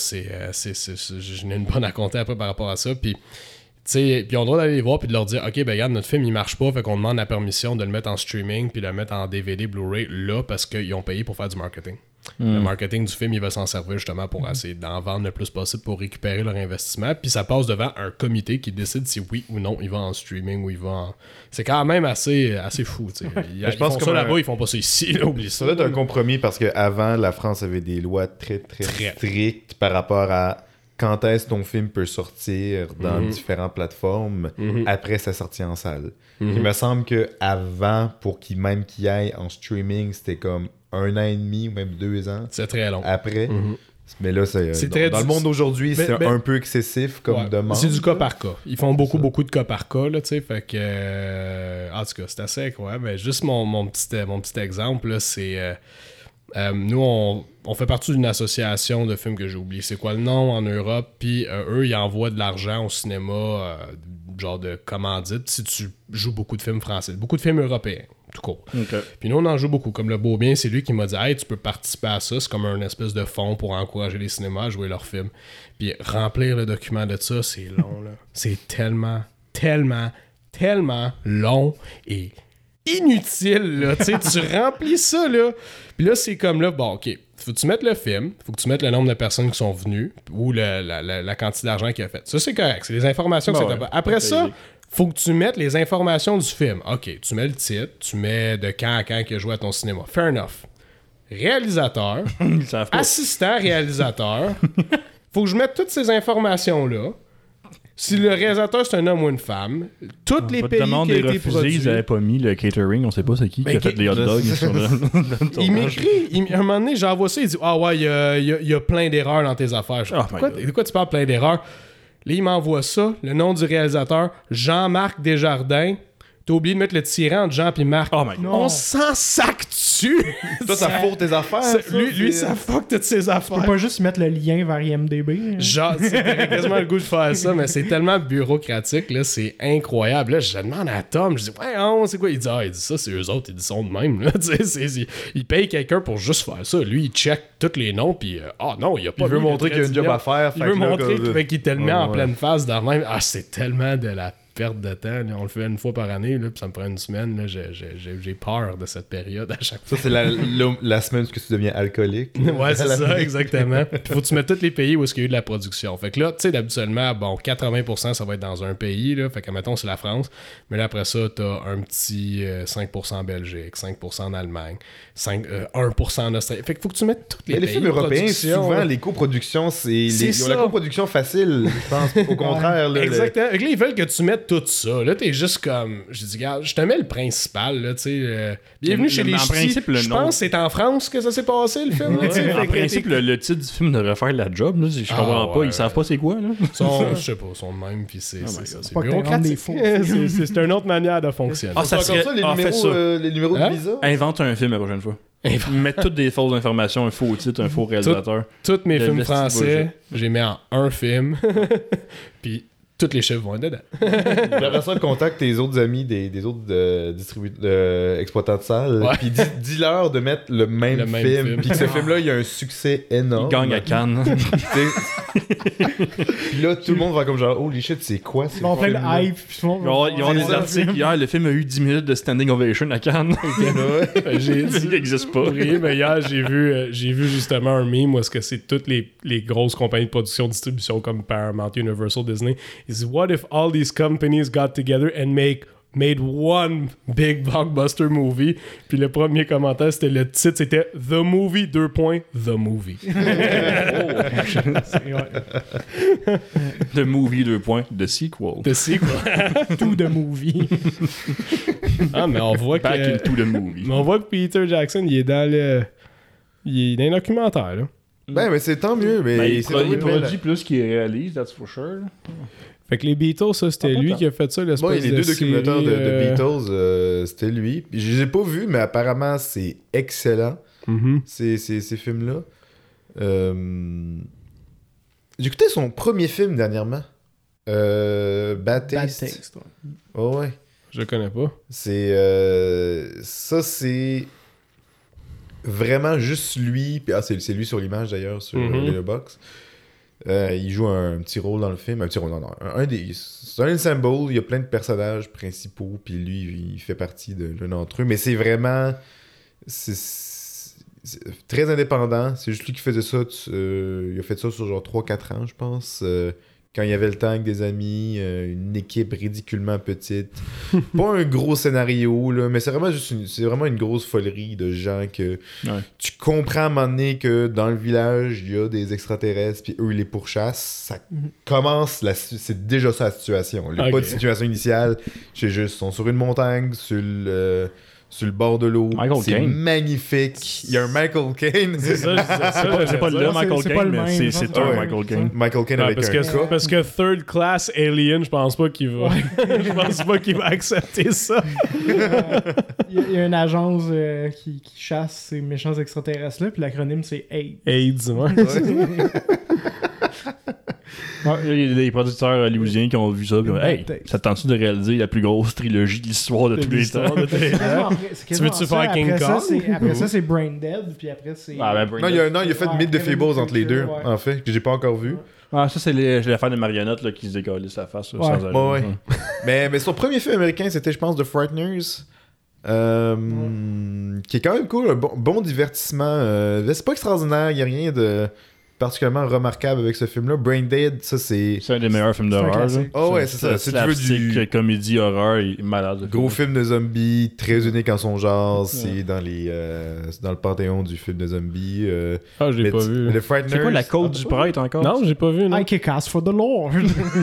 je n'ai une bonne à compter après par rapport à ça. Puis, puis ils ont le droit d'aller les voir puis de leur dire OK, ben regarde, notre film il marche pas, fait qu'on demande la permission de le mettre en streaming puis de le mettre en DVD, Blu-ray là parce qu'ils ont payé pour faire du marketing. Le marketing du film, il va s'en servir justement pour essayer d'en vendre le plus possible pour récupérer leur investissement. Puis ça passe devant un comité qui décide si oui ou non il va en streaming ou il va en... C'est quand même assez fou. Ils pense font comme ça là-bas, ils font pas ça ici, là, oublie Ça ça. doit être un compromis parce qu'avant, la France avait des lois très strictes par rapport à quand est-ce ton film peut sortir dans différentes plateformes après sa sortie en salle. Il me semble que avant, pour qu'il aille en streaming, c'était comme 1 an et demi ou même 2 ans C'est très long. après. Mais là, C'est dans, très dans le monde d'aujourd'hui, c'est mais- un peu excessif comme Ouais, demande. c'est du cas par cas. Ils font beaucoup de cas par cas, là, tu sais, fait que... en tout cas, c'est assez incroyable. Mais juste mon petit exemple, là, c'est... nous, on fait partie d'une association de films que j'ai oublié. C'est quoi le nom en Europe? Puis eux, ils envoient de l'argent au cinéma, genre de commandite, si tu joues beaucoup de films français. Beaucoup de films européens, tout court. Ok. Puis nous, on en joue beaucoup. Comme le Beau Bien, c'est lui qui m'a dit « Hey, tu peux participer à ça. » C'est comme un espèce de fonds pour encourager les cinémas à jouer leurs films. Puis remplir le document de ça, c'est long, là. C'est tellement long et inutile, là. Tu sais, tu remplis ça, là. Puis là, c'est comme là, bon, OK, faut que tu mettes le film, faut que tu mettes le nombre de personnes qui sont venues ou la quantité d'argent qu'il a fait. Ça, c'est correct. C'est les informations que Ben c'est ouais. important. Après ça, faut que tu mettes les informations du film. OK, tu mets le titre, tu mets de quand à quand il a joué à ton cinéma. Fair enough. Réalisateur, Ils savent pas. assistant réalisateur, faut que je mette toutes ces informations-là. Si le réalisateur c'est un homme ou une femme, toutes les Pas de pays demande qui ont des été refusés, produits. ils avaient pas mis le catering, on sait pas c'est qui Ben, a fait les hot dogs sur le Il tournage. m'écrit, à un moment donné, j'envoie ça, il dit ah ouais, il y a plein d'erreurs dans tes affaires. Je dis, Oh my God. de quoi tu parles plein d'erreurs? Là, il m'envoie ça, le nom du réalisateur, Jean-Marc Desjardins. T'as oublié de mettre le tirant entre Jean et Marc. Oh my god. Non. On s'en sac dessus! Toi, ça fourre tes affaires. Lui, ça fuck toutes ses Tu peux affaires. pas juste mettre le lien vers IMDB. hein. Genre, t'avais quasiment le goût de faire ça, mais c'est tellement bureaucratique, là, c'est incroyable. Là, je demande à Tom, je dis, ouais, c'est quoi? Il dit ça, c'est eux autres, ils sont de même, là. Tu sais, ils payent quelqu'un pour juste faire ça. Lui, il check tous les noms, puis, non, il a pas Il veut mis le montrer qu'il y a un trait job d'union. à faire. Il fait veut que là, montrer comme- qu'il te le met en Ouais. pleine face dans le même. Ah, c'est tellement de la perte de temps. Là. On le fait une fois par année, là, puis ça me prend une semaine. Là. J'ai peur de cette période à chaque fois. Ça, c'est la semaine où tu deviens alcoolique. Ouais, c'est ça, exactement. Puis faut que tu mettes tous les pays où est-ce qu'il y a eu de la production. Fait que là, tu sais, habituellement, bon, 80% ça va être dans un pays, là. Fait que, mettons, c'est la France. Mais là, après ça, t'as un petit 5% en Belgique, 5% en Allemagne, 1% en Australie. Fait que faut que tu mettes tous les Mais les pays films de européens, production, souvent, là. les coproductions, C'est ils ont la ça. coproduction facile, je pense. Au contraire, là, Exactement. Fait que là, ils veulent que tu mettes tout ça. Là, t'es juste comme. Je dis, regarde, je te mets le principal, là, tu sais. Bienvenue chez les en Ch'tis. principe, le Je nom. pense que c'est en France que ça s'est passé, le film. là, tu sais. Fait En que principe, le titre du film devrait faire la job. Là. Je comprends pas. ouais. Ils savent pas c'est quoi. Là. Je sais pas, ils sont de même, puis c'est my ça. God. C'est Pas que t'inventes bureaucratique. des faux. C'est une autre manière de fonctionner. Ah, ça c'est comme serait- ça, fais ça. les numéros Hein? de visa. Invente un film la prochaine fois. Mettre toutes des fausses informations, un faux titre, un faux réalisateur. Tous mes Le films vesti français, j'ai mis en un film, puis tous les chiffres vont être dedans. Puis après ça, contacte tes autres amis des autres exploitants de salles. Ouais. Puis dis-leur de mettre le même Le même film. film. Puis que ce film-là, il y a un succès énorme. Il gagne à Cannes. Puis là, tout le monde va comme genre, holy shit, c'est quoi ce Ils vont plein film-là? de hype. puis tout le monde va Ils vont voir des le articles. film. Hier, le film a eu 10 minutes de standing ovation à Cannes. J'ai Il n'existe pas. Oui, mais hier, j'ai vu justement un meme où est-ce que c'est toutes les grosses compagnies de production distribution comme Paramount, Universal, Disney. Ils disent, what if all these companies got together and make made one big blockbuster movie. Puis le premier commentaire, c'était le titre, c'était The Movie, The Movie. The Movie, The Sequel. The sequel. To the movie. Ah, mais on voit Back que... into the movie. Mais on voit que Peter Jackson, il est dans le... Il est dans un documentaire, là. Ben, mais c'est tant mieux. Mais Ben, il c'est produit plus qu'il réalise, that's for sure. Fait que les Beatles, ça, c'était lui qui a fait ça, l'espèce Bon, les deux série, documentaires de Beatles, c'était lui. Puis je les ai pas vus, mais apparemment, c'est excellent, Mhm. ces films-là. J'ai écouté son premier film dernièrement. Bad Taste. Bad Taste, ouais. Oh, ouais. Je le connais pas. C'est... ça, c'est... Vraiment juste lui. Puis, c'est lui sur l'image, d'ailleurs, sur Letterboxd. Il joue un petit rôle dans le film. Un petit rôle, non. C'est un ensemble. Il y a plein de personnages principaux. Puis lui, il fait partie de l'un d'entre eux. Mais c'est vraiment... C'est très indépendant. C'est juste lui qui faisait ça. Il a fait ça sur genre 3-4 ans, je pense. Quand il y avait le temps avec des amis, une équipe ridiculement petite. Pas un gros scénario, là, mais c'est vraiment c'est vraiment une grosse folerie de gens que tu comprends à un moment donné que dans le village, il y a des extraterrestres, puis eux, ils les pourchassent. Ça commence, c'est déjà ça la situation. Il n'y a pas de situation initiale. C'est juste, ils sont sur une montagne, sur le bord de l'eau. C'est magnifique. Il y a un Michael Caine. C'est ça, C'est pas le Michael c'est pas Caine, le mais même, c'est ouais. un Michael Caine. Michael Caine avec un cas. Parce que Third Class Alien, je pense pas qu'il va... je pense pas qu'il va accepter ça. Il y a une agence qui chasse ces méchants extraterrestres-là, puis l'acronyme, c'est AIDS. AIDS, ouais. Il y a des producteurs hollywoodiens qui ont vu ça. Puis, hey, ça te tente-tu de réaliser la plus grosse trilogie de l'histoire de tous les temps? Tu veux-tu faire King Kong? Après ça, c'est Brain Dead, puis après, c'est... Non, il a fait Myth de Fables entre les deux, en fait, que j'ai pas encore vu. Ah, ça, c'est l'affaire de marionnettes là, qui se décollent sa face. Là, sans ouais. Mais son premier film américain, c'était, je pense, The Frighteners. Qui est quand même cool, un bon divertissement. C'est pas extraordinaire, il n'y a rien de particulièrement remarquable avec ce film-là. Brain Dead, ça c'est... C'est un des meilleurs films d'horreur. Oh ouais, c'est ça. C'est du comédie horreur, il est malade. Gros film de zombies, très unique en son genre. C'est dans le panthéon du film de zombies. Ah, je l'ai pas vu. Le Frighteners... C'est quoi la côte du prêtre encore? Non, j'ai pas vu. Non. I kick ass for the Lord.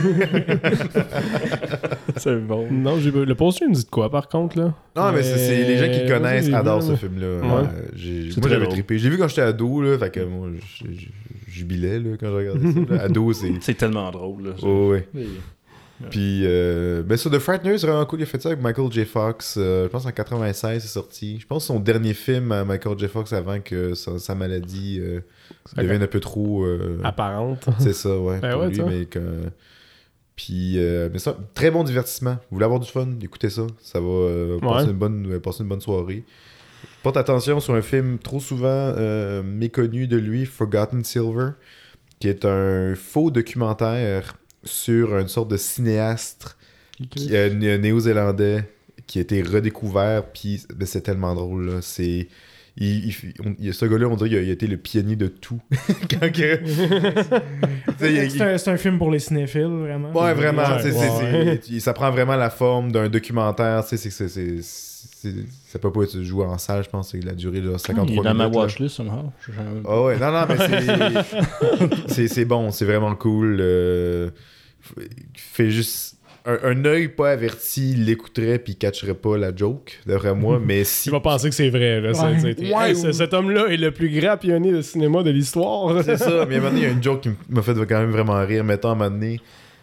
C'est bon. Non, j'ai pas... Le poster me dit de quoi, par contre, là? Non, mais c'est les gens qui le connaissent adorent ce là. film-là. Ouais. Moi, j'avais trippé. J'ai vu quand j'étais ado, là, fait que moi, je jubilais là, quand je regardais ça. Là. Ado, c'est... C'est tellement drôle. Là, oh, ouais. Puis, ben ça, The Frighteners, c'est vraiment cool. Il a fait ça avec Michael J. Fox. Je pense en 96, c'est sorti. Je pense que son dernier film à Michael J. Fox avant que sa maladie devienne un peu trop... apparente. C'est ça, ouais. Ben pour ouais, lui, ça. mais que... Puis, mais ça, très bon divertissement. Vous voulez avoir du fun, écoutez ça. Ça va passer une bonne soirée. Porte attention sur un film trop souvent méconnu de lui, Forgotten Silver, qui est un faux documentaire sur une sorte de cinéaste néo-zélandais qui a été redécouvert. Puis, ben, c'est tellement drôle, là. C'est... ce gars-là, on dirait qu'il a été le pionnier de tout. Quand que... c'est un film pour les cinéphiles, vraiment. Ouais, vraiment. Ouais. Ça prend vraiment la forme d'un documentaire. Ça peut pas être joué en salle, je pense. C'est la durée de 53 minutes. Il est dans ma là. watchlist, somehow. Ah ouais, non, mais c'est bon. C'est vraiment cool. Fait juste... Un œil pas averti l'écouterait puis il catcherait pas la joke, d'après moi, mais si... Il va penser que c'est vrai. Là. Cet homme-là est le plus grand pionnier de cinéma de l'histoire. C'est ça, mais à un moment donné, il y a une joke qui m'a fait quand même vraiment rire. Mettons, à un moment donné,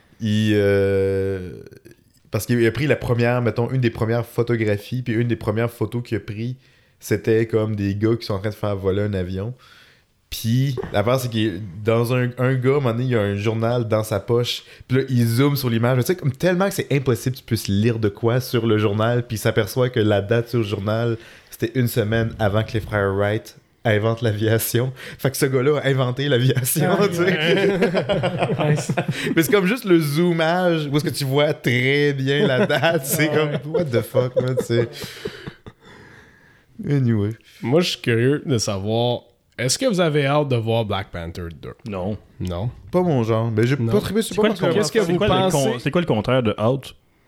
parce qu'il a pris une des premières photographies, puis une des premières photos qu'il a pris, c'était comme des gars qui sont en train de faire voler un avion. Puis, l'affaire, c'est qu'il dans un gars, à un moment donné, il y a un journal dans sa poche. Puis là, il zoome sur l'image. Tu sais, comme tellement que c'est impossible que tu puisses lire de quoi sur le journal. Puis il s'aperçoit que la date sur le journal, c'était une semaine avant que les frères Wright inventent l'aviation. Fait que ce gars-là a inventé l'aviation, tu sais. Mais c'est comme juste le zoomage où est-ce que tu vois très bien la date. C'est comme, what the fuck, man, tu sais. Anyway. Moi, je suis curieux de savoir... Est-ce que vous avez hâte de voir Black Panther 2? Non. Non. Pas mon genre. Mais j'ai Non. pas trippé sur pas Qu'est-ce que vous pensez? C'est quoi le contraire de out?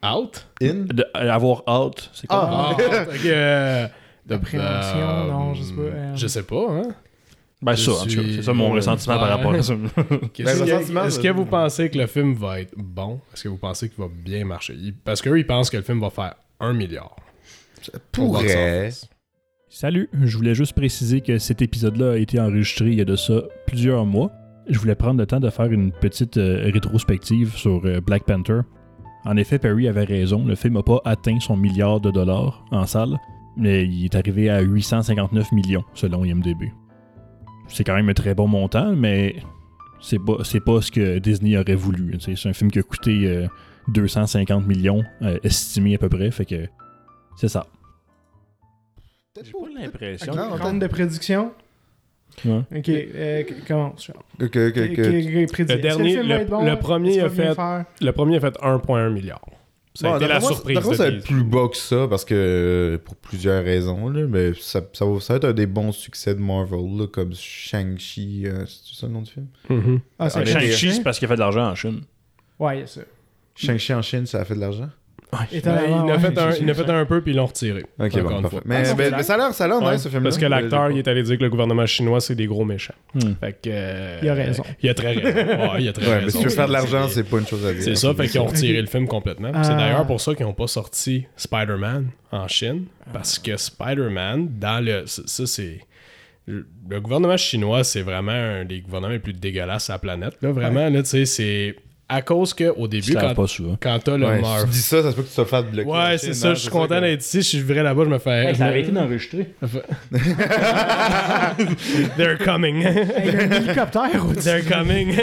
Out? In? Avoir hâte, c'est quoi? Ah, ok. D'appréhension, non, je sais pas. Je sais pas, hein? Ben Je ça, en tout cas, suis- c'est ça mon ressentiment par rapport à ça. Est-ce que vous pensez que le film va être bon? Est-ce que vous pensez qu'il va bien marcher? Parce qu'eux, ils pensent que le film va faire 1 milliard. Pourrait. Salut, je voulais juste préciser que cet épisode-là a été enregistré il y a de ça plusieurs mois. Je voulais prendre le temps de faire une petite rétrospective sur Black Panther. En effet, Perry avait raison, le film n'a pas atteint son milliard de dollars en salle, mais il est arrivé à 859 millions selon IMDb. C'est quand même un très bon montant, mais c'est pas ce que Disney aurait voulu. C'est un film qui a coûté 250 millions, estimé à peu près, fait que c'est ça. J'ai pas l'impression. Compte de prédiction. Ouais. Ok, commence. Charles. Ok. Le dernier, le premier a fait 1,1 milliard. Ça a été la surprise. Par contre, ça va de être plus bas que ça, parce que pour plusieurs raisons, là, mais ça va être un des bons succès de Marvel, là, comme Shang-Chi, c'est ça le nom du film? Mhm. Ah, c'est Shang-Chi, c'est parce qu'il a fait de l'argent en Chine. Ouais, il y a ça. Shang-Chi en Chine, ça a fait de l'argent? Étonnamment, Il en ouais. a fait un peu, puis ils l'ont retiré. Ok, Encore bon, une parfait. fois. Mais ça a l'air Ouais, nice, ce film-là. parce que l'acteur, il est allé dire que le gouvernement chinois, c'est des gros méchants. Fait que, Il a raison. Il a très raison. Ouais, il a très Ouais, mais raison. si tu veux faire de l'argent, c'est pas une chose à dire. C'est ça, fait qu'ils ont retiré le film complètement. C'est Ah. d'ailleurs pour ça qu'ils n'ont pas sorti Spider-Man en Chine. Parce que Spider-Man, dans le. Ça, c'est. Le gouvernement chinois, c'est vraiment un des gouvernements les plus dégueulasses à la planète. Là, vraiment, là, tu sais, c'est. À cause qu'au début, pas souvent. quand t'as le Ouais, si Marvel. tu dis ça se peut que tu te fasses bloquer. Ouais, c'est ça, je suis content d'être ici. Je suis vrai là-bas, je me fais. T'as arrêté d'enregistrer. They're coming. Hey, il y a un hélicoptère au-dessus. They're coming.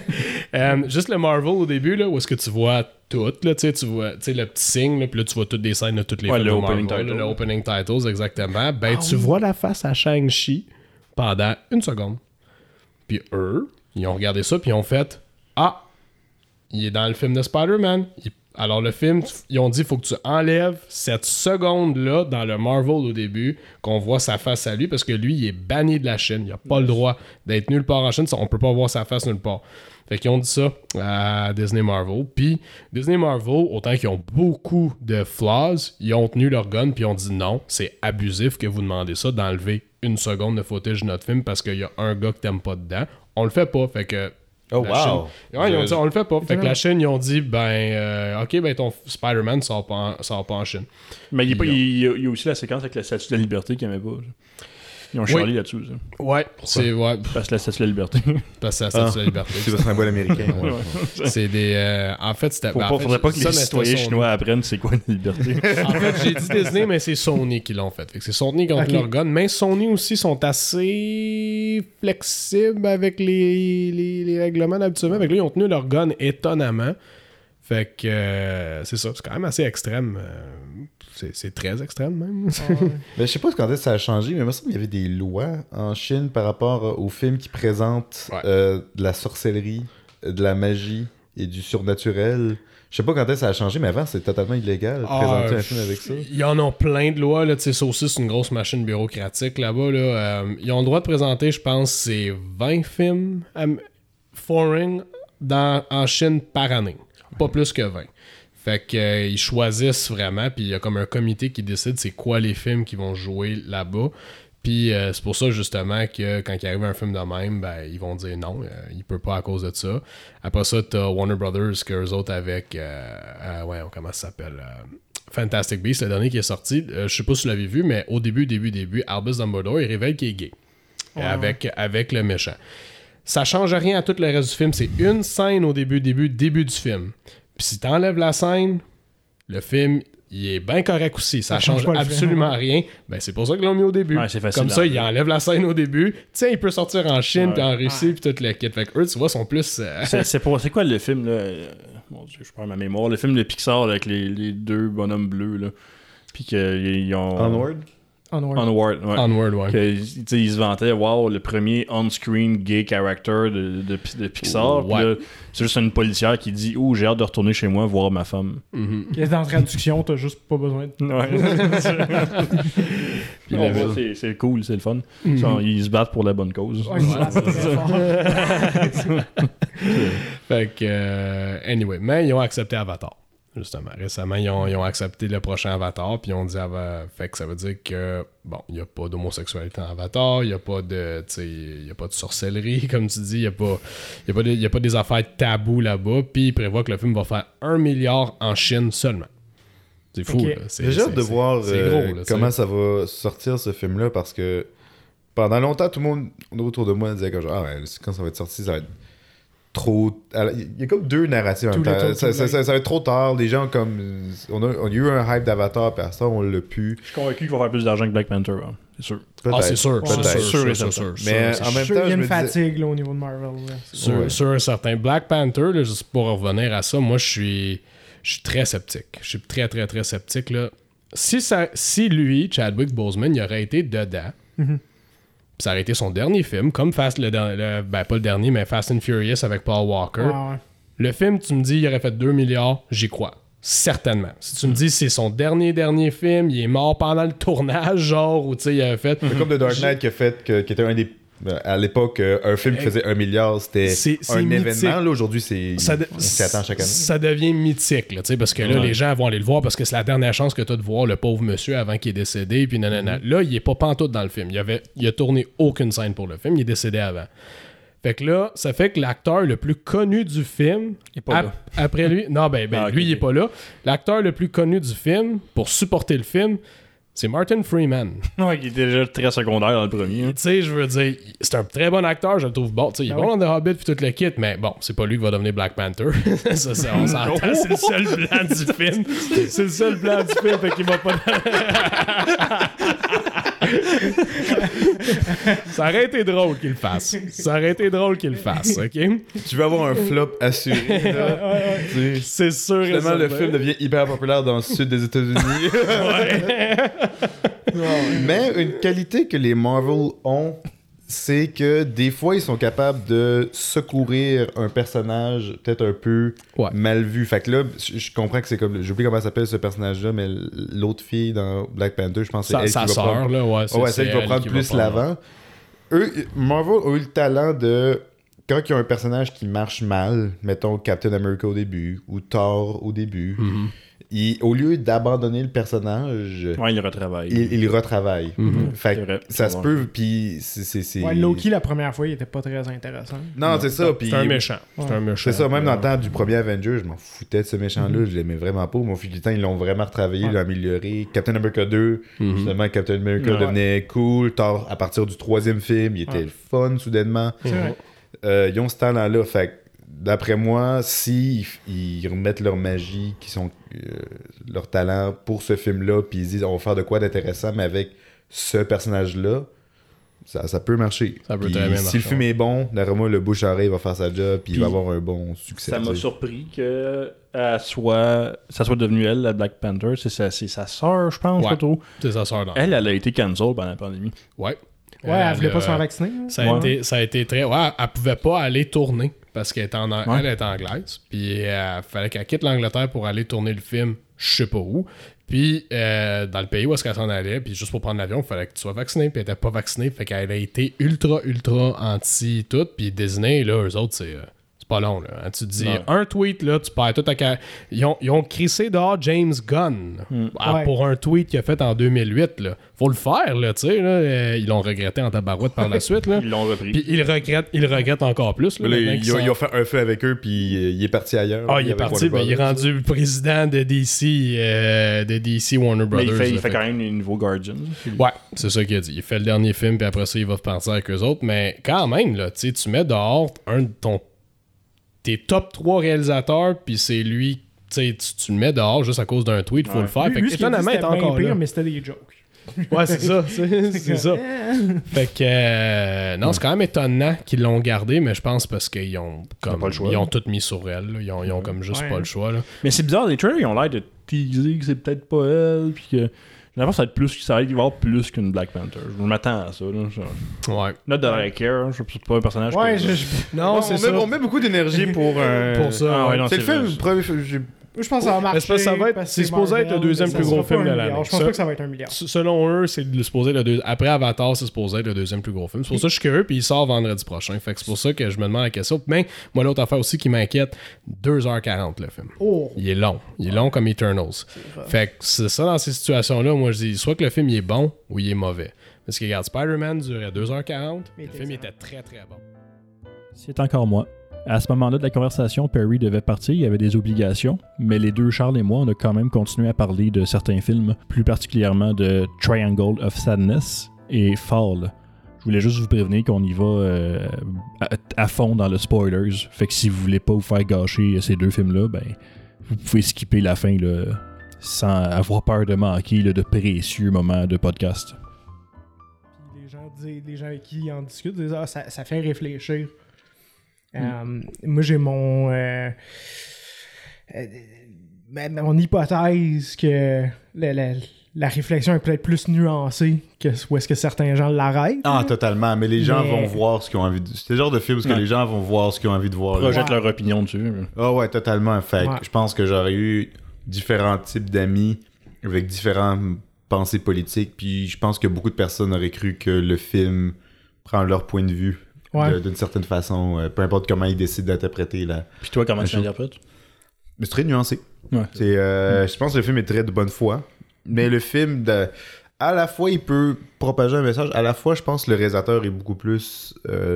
Juste le Marvel au début, là, où est-ce que tu vois tout, là, tu vois le petit signe, là, puis là, tu vois toutes les scènes de toutes les Ouais, films le de opening Marvel, title. le opening titles, exactement. Ben, tu vois la face à Shang-Chi pendant 1 seconde. Puis eux, ils ont regardé ça, puis ils ont fait « Ah, il est dans le film de Spider-Man. » Alors le film, ils ont dit « Faut que tu enlèves cette seconde-là dans le Marvel au début, qu'on voit sa face à lui, parce que lui, il est banni de la Chine. Il a pas le droit d'être nulle part en Chine. On peut pas voir sa face nulle part. » Fait qu'ils ont dit ça à Disney Marvel. Puis Disney Marvel, autant qu'ils ont beaucoup de flaws, ils ont tenu leur gun puis ils ont dit non, c'est abusif que vous demandez ça, d'enlever 1 seconde de footage de notre film parce qu'il y a un gars que t'aimes pas dedans. On le fait pas. Fait que Oh, la wow! Chine- Ouais, ils ont dit, on le fait pas. Fait que la Chine, ils ont dit, ok, ben ton Spider-Man sort pas en Chine. Mais il y a aussi la séquence avec la statue de la liberté qu'ils aimaient pas. Ils ont chialé là-dessus. Ça. Ouais, c'est ouais, Parce que la statue de la liberté. parce que c'est la statue de la liberté. C'est un symbole américain. Ouais. C'est des. En fait, c'était. ben, en fait, Faudrait pas que ça, les mais citoyens c'était Sony. chinois apprennent c'est quoi la liberté. En fait, j'ai dit Disney, mais c'est Sony qui l'ont fait. Fait que c'est Sony qui ont Ok. leur gun. Mais Sony aussi sont assez flexibles avec les règlements d'habitude. Fait que là, ils ont tenu leur gun étonnamment. Fait que c'est ça. C'est quand même assez extrême. C'est très extrême, même. Mais je sais pas quand est-ce que ça a changé, mais il me semble qu'il y avait des lois en Chine par rapport aux films qui présentent Ouais. de la sorcellerie, de la magie et du surnaturel. Je sais pas quand est-ce que ça a changé, mais avant, c'était totalement illégal de présenter un film avec ça. Ils en ont plein de lois. Là, ça aussi, c'est une grosse machine bureaucratique là-bas. Là. Ils ont le droit de présenter, je pense, c'est 20 films foreign en Chine par année. Pas plus que 20. Fait que ils choisissent vraiment, puis il y a comme un comité qui décide c'est quoi les films qui vont jouer là-bas. Puis c'est pour ça justement que quand il arrive un film de même, ben ils vont dire non, il peut pas à cause de ça. Après ça, t'as Warner Brothers, que eux autres avec comment ça s'appelle? Fantastic Beasts, le dernier qui est sorti. Je sais pas si vous l'avez vu, mais au début, Albus Dumbledore, il révèle qu'il est gay. Avec le méchant. Ça change rien à tout le reste du film. C'est une scène au début du film. Puis si t'enlèves la scène, le film, il est bien correct aussi. Ça change pas le absolument rien. Ben, c'est pour ça qu'ils l'ont mis au début. Ouais, c'est facile Comme ça, d'enlever. il enlève la scène au début. Tiens, il peut sortir en Chine, Ouais. puis en Russie, puis tout le kit. Fait que eux, tu vois, sont plus... C'est quoi le film, là? Mon Dieu, je perds ma mémoire. Le film de Pixar là, avec les deux bonhommes bleus, là. Puis qu'ils ont... Onward? Onward, ouais. Onward, ouais. Que, ils se vantaient, wow, le premier on-screen gay character de Pixar. Puis Ouais. là, c'est juste une policière qui dit, oh, j'ai hâte de retourner chez moi voir ma femme. Dans la traduction, t'as juste pas besoin de. Puis on voit, c'est cool, c'est le fun. Ils se battent pour la bonne cause. Ouais, c'est très fort. Fait que, anyway. Mais ils ont accepté Avatar. Justement, récemment, ils ont accepté le prochain Avatar, puis ils ont dit fait que ça veut dire que, bon, il n'y a pas d'homosexualité en Avatar, il n'y a pas de, il y a pas de sorcellerie, comme tu dis, il n'y a pas des affaires tabous là-bas, puis ils prévoient que le film va faire 1 milliard en Chine seulement. C'est fou, Okay. là. J'ai hâte de voir c'est gros, là, comment ça va sortir ce film-là, parce que pendant longtemps, tout le monde autour de moi disait que genre, quand ça va être sorti, ça va être trop. Il y a comme deux narratifs en même temps. Ça va être trop tard. Les gens comme. On a eu un hype d'Avatar, puis à ça, on l'a pu. Je suis convaincu qu'il va faire plus d'argent que Black Panther, hein. C'est sûr. Peut-être. Ah, c'est sûr. Peut-être. C'est sûr. Mais en même temps, Il y a je une me disais. fatigue là, au niveau de Marvel. Là. Sûr, certain. Black Panther, là, juste pour revenir à ça, moi, je suis très sceptique. Je suis très, très, très sceptique, là. Si lui, Chadwick Boseman, il aurait été dedans, ça aurait été son dernier film, comme pas le dernier, mais Fast and Furious avec Paul Walker. Ouais. Le film, tu me dis, il aurait fait 2 milliards, j'y crois. Certainement. Si tu me dis c'est son dernier film, il est mort pendant le tournage, genre, ou tu sais, il avait fait. C'est comme The Dark Knight qui était un des. À l'époque, un film qui faisait 1 milliard, c'était C'est un mythique. événement. Là, aujourd'hui, on s'y attend chaque année. Ça devient mythique, là, parce que là, les gens vont aller le voir parce que c'est la dernière chance que tu as de voir le pauvre monsieur avant qu'il est décédé. Puis nanana. Là, il est pas pantoute dans le film. Il a tourné aucune scène pour le film. Il est décédé avant. Fait que là, ça fait que l'acteur le plus connu du film, Il est pas là. après lui, non, lui, il est pas là. L'acteur le plus connu du film, pour supporter le film, c'est Martin Freeman. Ouais, qui était déjà très secondaire dans le premier. Tu sais, je veux dire, c'est un très bon acteur, je le trouve bon. Tu sais, il est bon dans The Hobbit puis tout le kit, mais bon, c'est pas lui qui va devenir Black Panther. Ça, on s'entend, c'est le seul blanc du film. C'est le seul blanc du film, fait qu'il va pas. Ça aurait été drôle qu'il le fasse. OK? Tu veux avoir un flop assuré. Là. C'est sûr. Finalement, le film devient hyper populaire dans le sud des États-Unis. Mais une qualité que les Marvel ont, c'est que des fois, ils sont capables de secourir un personnage peut-être un peu mal vu. Fait que là, je comprends que c'est comme... J'oublie comment s'appelle ce personnage-là, mais l'autre fille dans Black Panther, je pense que c'est elle sa qui va sœur, prendre... là, ouais. C'est elle qui va prendre plus l'avant. Eux, Marvel a eu le talent de... Quand il y a un personnage qui marche mal, mettons Captain America au début, ou Thor au début... Au lieu d'abandonner le personnage, il le retravaille. Il retravaille. Fait que vrai, ça se peut, puis c'est... Ouais, Loki, la première fois, il était pas très intéressant. Non, c'est ça. C'est un méchant. C'est ça, même dans le temps du premier Avenger, je m'en foutais de ce méchant-là, je l'aimais vraiment pas. Au fil du temps, ils l'ont vraiment retravaillé, ils l'ont amélioré. Captain America 2, justement, Captain America devenait cool. Thor, à partir du 3e film, il était fun, soudainement. Ils ont ce talent-là, fait que d'après moi, si ils remettent leur magie, qui sont leur talent pour ce film-là, puis ils disent on va faire de quoi d'intéressant, mais avec ce personnage-là, ça peut marcher. Ça peut puis, très bien si marcher. le film est bon, d'après moi, le bouche-oreille va faire sa job, puis il va avoir un bon succès. Ça m'a surpris que ça soit devenue elle, la Black Panther. C'est sa sœur, je pense, pas trop. C'est sa sœur. Elle a été cancel pendant la pandémie. Ouais. Ouais, elle voulait pas se faire vacciner. Ça a été très... Ouais, elle pouvait pas aller tourner parce qu'elle était elle est anglaise. Puis il fallait qu'elle quitte l'Angleterre pour aller tourner le film, je sais pas où. Puis dans le pays où est-ce qu'elle s'en allait, puis juste pour prendre l'avion, il fallait que tu sois vacciné. Puis elle était pas vaccinée, fait qu'elle a été ultra anti-tout. Puis Disney, là, eux autres, c'est pas long, là. Hein, tu te dis, un tweet, là, tu perds tout à... Ils ont crissé dehors James Gunn pour un tweet qu'il a fait en 2008, là. Faut le faire, là, tu sais, là. Ils l'ont regretté en tabarouette par la suite, là. Ils l'ont repris. Puis ils regrettent encore plus, là. Ils ont fait un feu avec eux, puis il est parti ailleurs. Ah, il est parti, ben, il est rendu président de DC Warner Brothers. Mais il fait quand même les nouveaux Guardians. Ouais, c'est ça qu'il a dit. Il fait le dernier film, puis après ça, il va partir avec eux autres. Mais quand même, là, tu mets dehors tes top 3 réalisateurs, puis c'est lui, tu le mets dehors juste à cause d'un tweet, il faut le faire. Lui, fait que étonnamment, il est encore pire, là. mais c'était des jokes. Ouais, c'est ça. C'est ça. Fait que, non, c'est quand même étonnant qu'ils l'ont gardé, mais je pense parce qu'ils ont comme ils ont tout mis sur elle. Là. Ils ont comme juste pas le choix. Là. Mais c'est bizarre, les trailers, ils ont l'air de teaser que c'est peut-être pas elle, puis que... J'ai l'impression que ça va être plus qu'une Black Panther. Je m'attends à ça. Là. Ouais. Not that I care. Je suis pas un personnage. Ouais, Non, c'est ça. On met beaucoup d'énergie pour ça. Ah, ouais, non, c'est le film, Je pense que ça va marcher. Mais ça va être, c'est supposé être le deuxième plus gros film de l'année. Je pense pas que ça va être 1 milliard. Selon eux, c'est supposé après Avatar, c'est supposé être le deuxième plus gros film. C'est pour ça que je suis curieux, puis il sort vendredi prochain. Fait que c'est pour ça que je me demande la question. Mais moi, l'autre affaire aussi qui m'inquiète, 2h40 le film. Oh. Il est long. Il est long comme Eternals. Fait que c'est ça, dans ces situations-là, moi je dis soit que le film il est bon ou il est mauvais. Parce que regarde, Spider-Man durait 2h40, le film était très très bon. C'est encore moi. À ce moment-là de la conversation, Perry devait partir, il y avait des obligations, mais les deux, Charles et moi, on a quand même continué à parler de certains films, plus particulièrement de Triangle of Sadness et Fall. Je voulais juste vous prévenir qu'on y va à fond dans le spoilers, fait que si vous voulez pas vous faire gâcher ces deux films-là, ben vous pouvez skipper la fin là, sans avoir peur de manquer là, de précieux moments de podcast. Les gens avec qui ils en discutent disent « Ah, ça fait réfléchir. » Moi, j'ai mon hypothèse que la réflexion est peut-être plus nuancée que où est-ce que certains gens l'arrêtent. Ah, totalement. Mais les gens vont voir ce qu'ils ont envie de... C'est le genre de film où les gens vont voir ce qu'ils ont envie de voir. Projettent leur opinion dessus. Ah ouais, totalement. Fait que je pense que j'aurais eu différents types d'amis avec différentes pensées politiques. Puis je pense que beaucoup de personnes auraient cru que le film prend leur point de vue. D'une certaine façon, peu importe comment ils décident d'interpréter la... Puis toi, comment tu l'interprètes? Mais c'est très nuancé. Ouais. Je pense que le film est très de bonne foi, mais le film, à la fois, il peut propager un message, à la fois, je pense que le réalisateur est beaucoup plus...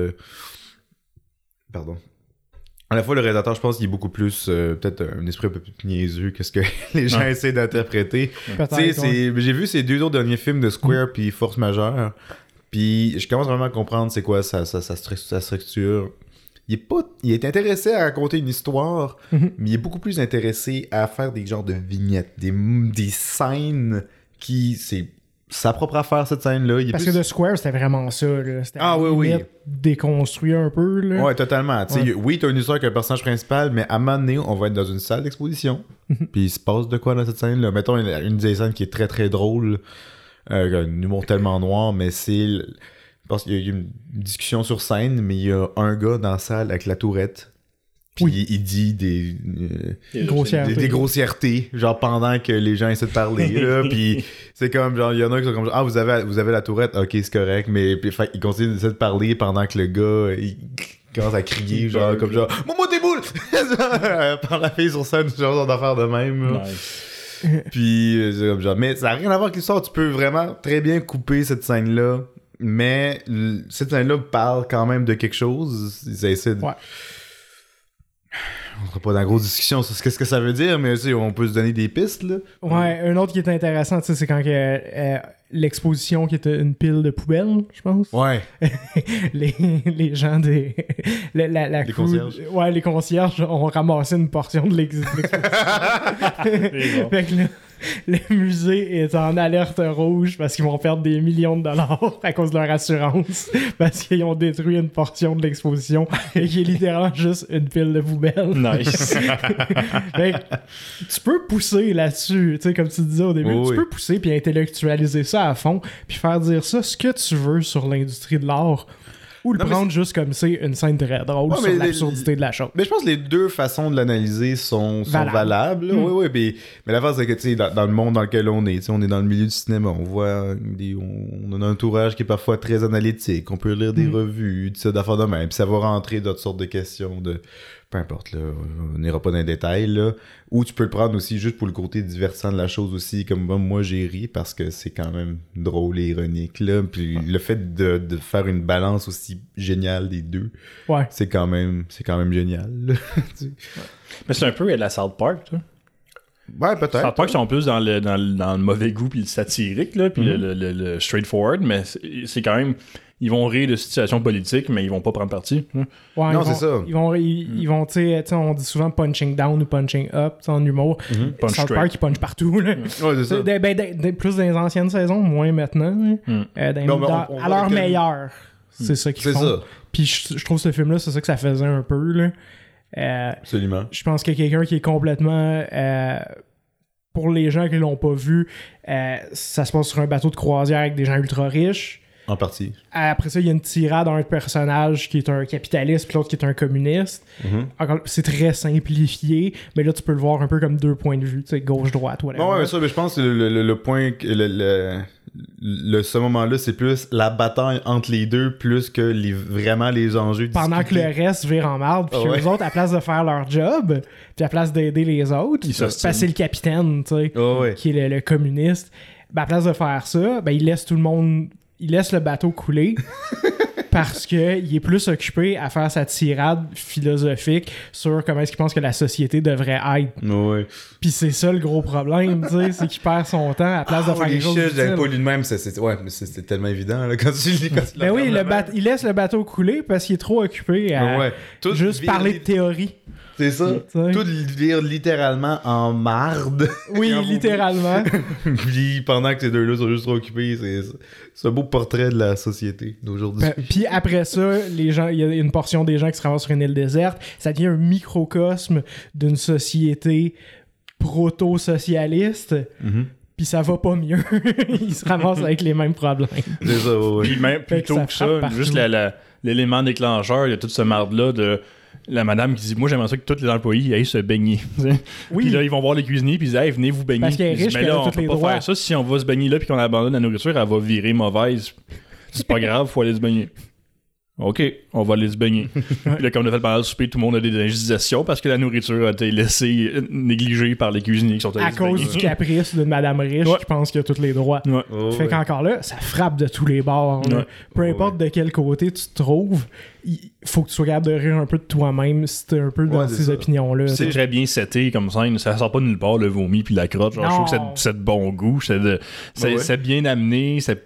Pardon. À la fois, le réalisateur, je pense qu'il est beaucoup plus... peut-être un esprit un peu plus niaiseux que ce que les gens essaient d'interpréter. J'ai vu ces deux autres derniers films de Square puis Force Majeure. Puis je commence vraiment à comprendre c'est quoi sa structure. Il est intéressé à raconter une histoire, mais il est beaucoup plus intéressé à faire des genres de vignettes, des scènes qui... C'est sa propre affaire, cette scène-là. Parce que The Square, c'était vraiment ça. Là. C'était déconstruit un peu. Là. Ouais, totalement. Oui, t'as une histoire avec un personnage principal, mais à un moment donné, on va être dans une salle d'exposition. Puis il se passe de quoi dans cette scène-là? Mettons une des scènes qui est très très drôle. Un humour tellement noir, mais c'est... Je pense qu'il y a eu une discussion sur scène, mais il y a un gars dans la salle avec la tourette, puis il dit des grossièretés, genre pendant que les gens essaient de parler, là, puis c'est comme, genre, il y en a qui sont comme, ah, vous avez la tourette, ok, c'est correct, mais puis, il continue d'essayer de parler pendant que le gars, il commence à crier, genre, comme genre, Momo tes boules! Par la fille sur scène, genre d'affaire de même, là. Nice. Puis genre, mais ça n'a rien à voir avec l'histoire, tu peux vraiment très bien couper cette scène-là, mais cette scène-là parle quand même de quelque chose. Ils essaient de... On sera pas dans la grosse discussion sur ce que ça veut dire, mais on peut se donner des pistes, là. Ouais, un autre qui est intéressant, tu sais, c'est quand l'exposition qui était une pile de poubelles, je pense. Ouais. les gens des... les concierges. Ouais, les concierges ont ramassé une portion de l'exposition. Fait que là, le musée est en alerte rouge parce qu'ils vont perdre des millions de dollars à cause de leur assurance parce qu'ils ont détruit une portion de l'exposition et qui est littéralement juste une pile de poubelles. Nice. Fait que, tu peux pousser là-dessus, tu sais, comme tu disais au début, tu peux pousser puis intellectualiser ça à fond puis faire dire ça ce que tu veux sur l'industrie de l'art. Ou le prendre juste comme c'est une scène très drôle sur l'absurdité de la chose. Mais je pense que les deux façons de l'analyser sont valables. Oui, mais la phase c'est que, tu sais, dans le monde dans lequel on est dans le milieu du cinéma, on voit on a un entourage qui est parfois très analytique, on peut lire des revues, tout ça d'affaires de même, puis ça va rentrer d'autres sortes de questions de... Peu importe, là, on n'ira pas dans les détails, là. Ou tu peux le prendre aussi juste pour le côté divertissant de la chose aussi, comme moi j'ai ri parce que c'est quand même drôle et ironique, là. Puis le fait de faire une balance aussi géniale des deux, c'est quand même génial, là. Mais c'est un peu la South Park, tu vois. Ouais, peut-être. South Park sont plus dans le mauvais goût puis le satirique, là, puis le straightforward, mais c'est quand même... Ils vont rire de situations politiques, mais ils vont pas prendre parti. Ouais, non, c'est ça. Ils vont, tu sais, on dit souvent punching down ou punching up en humour. South Park, ils punchent partout. Là. Ouais, c'est ça. Plus dans les anciennes saisons, moins maintenant. À leur meilleur. C'est ça qu'ils font. Ça. Puis je trouve ce film-là, c'est ça que ça faisait un peu. Là. Absolument. Je pense qu'il y a quelqu'un qui est complètement... pour les gens qui l'ont pas vu, ça se passe sur un bateau de croisière avec des gens ultra riches. En partie. Après ça, il y a une tirade d'un personnage qui est un capitaliste, puis l'autre qui est un communiste. Encore, c'est très simplifié, mais là, tu peux le voir un peu comme 2 points de vue, tu sais, gauche-droite, whatever. Ouais, mais ça, mais je pense que le point, ce moment-là, c'est plus la bataille entre les deux, plus que vraiment les enjeux pendant discutés. que le reste vire en marde, puis que les autres, à place de faire leur job, puis à place d'aider les autres, parce que c'est le capitaine, tu sais, qui est le communiste, ben, à place de faire ça, ben, il laisse le bateau couler parce qu'il est plus occupé à faire sa tirade philosophique sur comment est-ce qu'il pense que la société devrait être. Ouais. Puis c'est ça le gros problème, tu sais, c'est qu'il perd son temps à place de faire quelque chose d'utile. J'avais pas lu de même, mais c'était tellement évident là, quand tu lis. Ben oui, il laisse le bateau couler parce qu'il est trop occupé à juste parler de théorie. C'est ça. Tout lire littéralement en marde. Oui, littéralement. Puis pendant que ces deux-là sont juste trop occupés, c'est un beau portrait de la société d'aujourd'hui. Puis après ça, il y a une portion des gens qui se ramassent sur une île déserte. Ça devient un microcosme d'une société proto-socialiste. Puis ça va pas mieux. Ils se ramassent avec les mêmes problèmes. C'est ça, ouais. Puis même plutôt que ça, juste l'élément déclencheur, il y a toute ce marde-là de la madame qui dit moi j'aimerais ça que tous les employés aillent se baigner. Oui. Puis là ils vont voir les cuisiniers puis ils disent hey, venez vous baigner. Parce qu'elle est riche, mais là on peut pas faire ça si on va se baigner là puis qu'on abandonne la nourriture, elle va virer mauvaise. C'est pas grave, faut aller se baigner. OK, on va aller se baigner. Puis là, comme on a fait pendant le souper, tout le monde a des indigestions parce que la nourriture a été laissée négligée par les cuisiniers qui sont allés se baigner. À cause du caprice d'une madame riche qui pense qu'il a tous les droits. Fait qu'encore là, ça frappe de tous les bords. Peu importe de quel côté tu te trouves, il faut que tu sois capable de rire un peu de toi-même si t'es un peu dans ces opinions-là. C'est très bien seté comme scène. Ça sort pas de nulle part, le vomi puis la crotte. Genre, je trouve que c'est de bon goût. C'est bien amené. C'est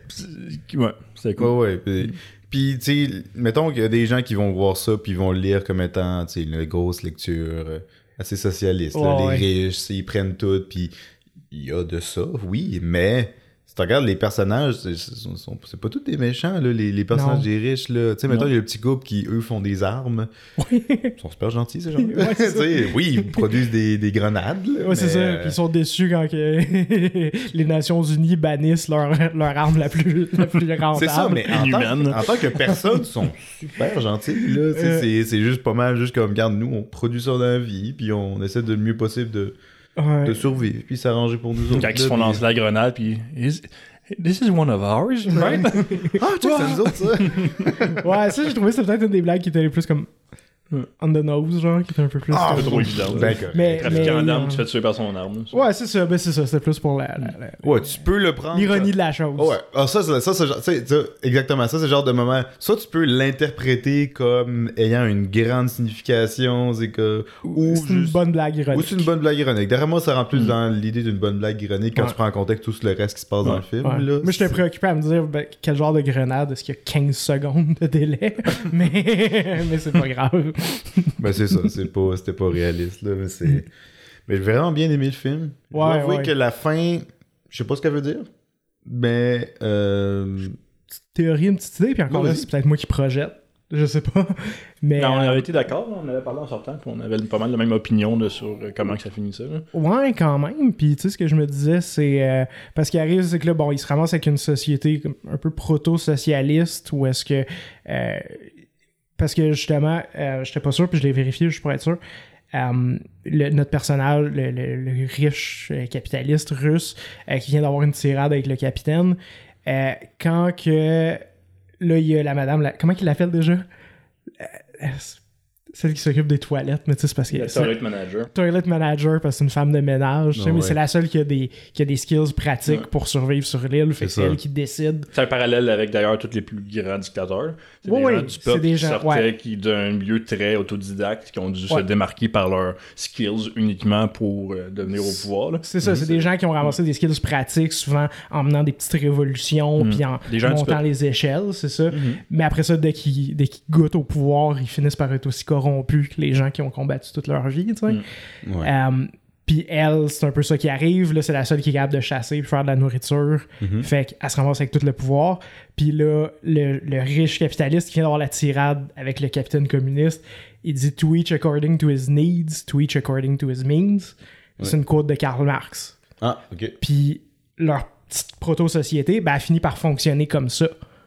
cool. Puis, tu sais, mettons qu'il y a des gens qui vont voir ça puis ils vont le lire comme étant, tu sais, une grosse lecture assez socialiste. Les riches, ils prennent tout, puis il y a de ça, oui, mais si tu regardes les personnages, c'est pas tous des méchants, là, les personnages des riches, là. Tu sais, mettons, il y a le petit couple qui, eux, font des armes. Ils sont super gentils, ces gens-là. Oui, ils produisent des grenades, là. Ouais, c'est ça. Puis ils sont déçus quand les Nations Unies bannissent leur arme la plus rentable. C'est ça, mais en tant que personne, ils sont super gentils, là. C'est juste pas mal, juste comme, regarde, nous, on produit ça dans la vie, puis on essaie de le mieux possible de survivre, puis s'arranger pour nous autres. Quand ils se font lancer la grenade, puis this is one of ours, right? Tu sais, c'est nous autres, ça. Ouais, ça, j'ai trouvé c'était peut-être une des blagues qui était les plus comme on the nose, genre, qui était un peu plus. C'est trop évident. Trafiquant d'armes qui se fait tuer par son arme. Ouais, c'est ça. C'était plus pour la ouais, tu peux le prendre. L'ironie de la chose. Ouais. Ah, ça, exactement. Ça, c'est le genre de moment. Soit tu peux l'interpréter comme ayant une grande signification. C'est que. C'est une bonne blague ironique. Ou c'est une bonne blague ironique. Derrière moi, ça rentre plus dans l'idée d'une bonne blague ironique quand tu prends en contexte tout le reste qui se passe dans le film. Là, moi, j'étais préoccupé à me dire quel genre de grenade, est-ce qu'il y a 15 secondes de délai. mais c'est pas grave. Ben c'est ça, c'était pas réaliste là, mais j'ai vraiment bien aimé le film. Je dois avouer que la fin, je sais pas ce qu'elle veut dire, mais petite théorie, une petite idée, puis encore là, c'est peut-être moi qui projette. Je sais pas. Mais non, on avait été d'accord, on avait parlé en sortant, puis on avait pas mal la même opinion sur comment que ça finissait. Là. Ouais, quand même. Puis tu sais, ce que je me disais, c'est. Parce qu'il arrive, c'est que là, bon, il se ramasse avec une société un peu proto-socialiste, où est-ce que. Parce que justement, j'étais pas sûr, puis je l'ai vérifié juste pour être sûr. Notre personnage, le riche capitaliste russe, qui vient d'avoir une tirade avec le capitaine, quand que. Là, il y a la madame. Comment qu'il l'appelle déjà? Celle qui s'occupe des toilettes, mais tu sais, c'est parce que... Toilet manager. Toilet manager, parce que c'est une femme de ménage, tu sais, mais c'est la seule qui a des skills pratiques pour survivre sur l'île, fait que c'est elle qui décide. C'est un parallèle avec, d'ailleurs, tous les plus grands dictateurs. C'est des gens du peuple qui sortaient d'un milieu très autodidacte, qui ont dû se démarquer par leurs skills uniquement pour devenir au pouvoir. Là. C'est ça, c'est des gens qui ont ramassé des skills pratiques, souvent en menant des petites révolutions, puis en montant les échelles, c'est ça. Mais après ça, dès qu'ils goûtent au pouvoir, ils finissent par être aussi corrompus que les gens qui ont combattu toute leur vie, tu sais. Puis elle, c'est un peu ça qui arrive. Là, c'est la seule qui est capable de chasser et faire de la nourriture. Fait qu'elle se ramasse avec tout le pouvoir. Puis là, le riche capitaliste qui vient d'avoir la tirade avec le capitaine communiste, il dit « To each according to his needs, to each according to his means ». C'est une quote de Karl Marx. Ah, OK. Puis leur petite proto-société, ben, elle finit par fonctionner comme ça.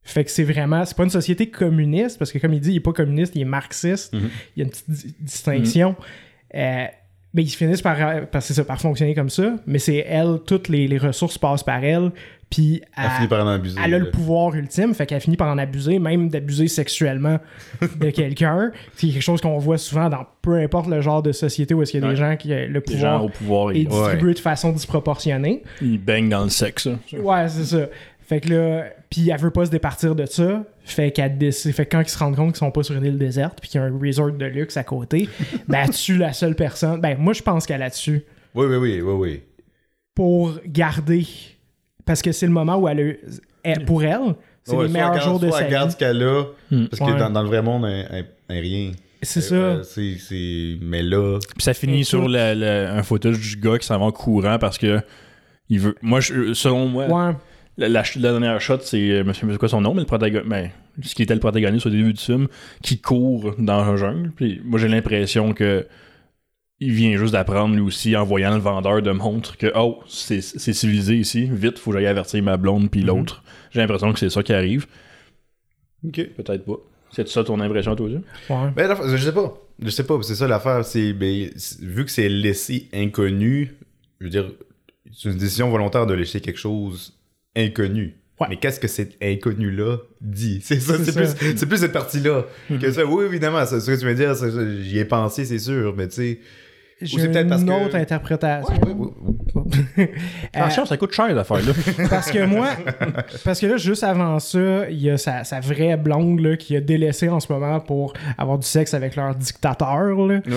Fait que c'est pas une société communiste, parce que comme il dit, il est pas communiste, il est marxiste. Il y a une petite distinction. Mais ils finissent par fonctionner comme ça, mais c'est elle, toutes les ressources passent par elle, puis elle finit par en abuser. Elle a le pouvoir ultime, fait qu'elle finit par en abuser, même d'abuser sexuellement de quelqu'un. C'est quelque chose qu'on voit souvent dans peu importe le genre de société où est-ce qu'il y a des gens qui le pouvoir est distribué de façon disproportionnée. Ils baignent dans le sexe. Ça. Ouais, c'est ça. Fait que là, puis elle veut pas se départir de ça. Fait que quand ils se rendent compte qu'ils sont pas sur une île déserte puis qu'il y a un resort de luxe à côté, ben elle tue la seule personne. Ben moi je pense qu'elle a tué. Oui. Pour garder. Parce que c'est le moment où pour elle, c'est les meilleurs jours de sa vie. Elle garde ce qu'elle a, parce que dans le vrai monde, elle rien. C'est ça. Mais là... Puis ça finit sur un footage du gars qui s'en va en courant parce que il veut... Selon moi... Ouais. La dernière shot, c'est monsieur quoi son nom, mais ce qui était le protagoniste au début du film, qui court dans un jungle. Puis moi, j'ai l'impression que il vient juste d'apprendre, lui aussi, en voyant le vendeur de montre, que c'est civilisé ici, vite, faut que j'aille avertir ma blonde puis l'autre. J'ai l'impression que c'est ça qui arrive. Ok. Peut-être pas. C'est ça ton impression, toi aussi? Ouais. Ben, je sais pas, c'est ça l'affaire. Vu que c'est laissé inconnu, je veux dire, c'est une décision volontaire de laisser quelque chose inconnu. Ouais. Mais qu'est-ce que cet inconnu-là dit? C'est ça, c'est plus cette partie-là que ça. Oui, évidemment, c'est ce que tu veux dire, j'y ai pensé, c'est sûr, mais tu sais... J'ai une autre interprétation. Attention, ça coûte cher l'affaire-là. Parce que là, juste avant ça, il y a sa vraie blonde là, qui a délaissé en ce moment pour avoir du sexe avec leur dictateur.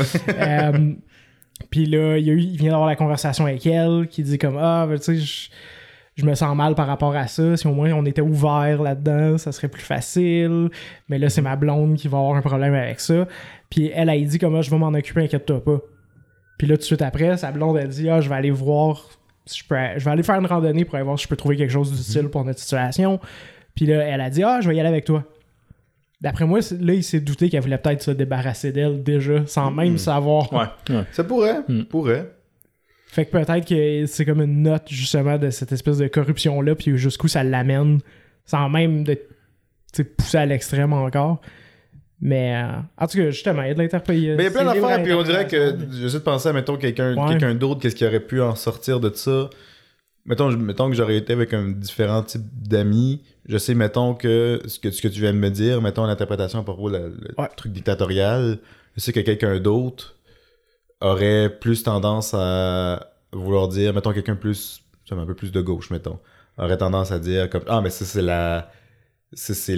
Puis là, il vient d'avoir la conversation avec elle qui dit comme tu sais, je me sens mal par rapport à ça. Si au moins on était ouvert là-dedans, ça serait plus facile. Mais là, c'est ma blonde qui va avoir un problème avec ça. Puis elle a dit comme je vais m'en occuper, inquiète-toi pas. Puis là, tout de suite après, sa blonde a dit je vais aller voir si je vais aller faire une randonnée pour aller voir si je peux trouver quelque chose d'utile pour notre situation. Puis là, elle a dit je vais y aller avec toi. D'après moi, là, il s'est douté qu'elle voulait peut-être se débarrasser d'elle déjà, sans même savoir. Ouais. Ça pourrait. Fait que peut-être que c'est comme une note, justement, de cette espèce de corruption-là, puis jusqu'où ça l'amène, sans même de pousser à l'extrême encore. Mais, en tout cas, justement, il y a de l'interprétation. Mais il y a plein d'affaires, puis on dirait que j'essaie de penser à, mettons, quelqu'un d'autre, qu'est-ce qui aurait pu en sortir de ça. Mettons que j'aurais été avec un différent type d'amis. Je sais, mettons, que ce que tu viens de me dire, mettons, l'interprétation à propos le truc dictatorial, je sais que quelqu'un d'autre aurait plus tendance à vouloir dire, mettons, quelqu'un un peu plus de gauche, mettons, aurait tendance à dire comme mais ça c'est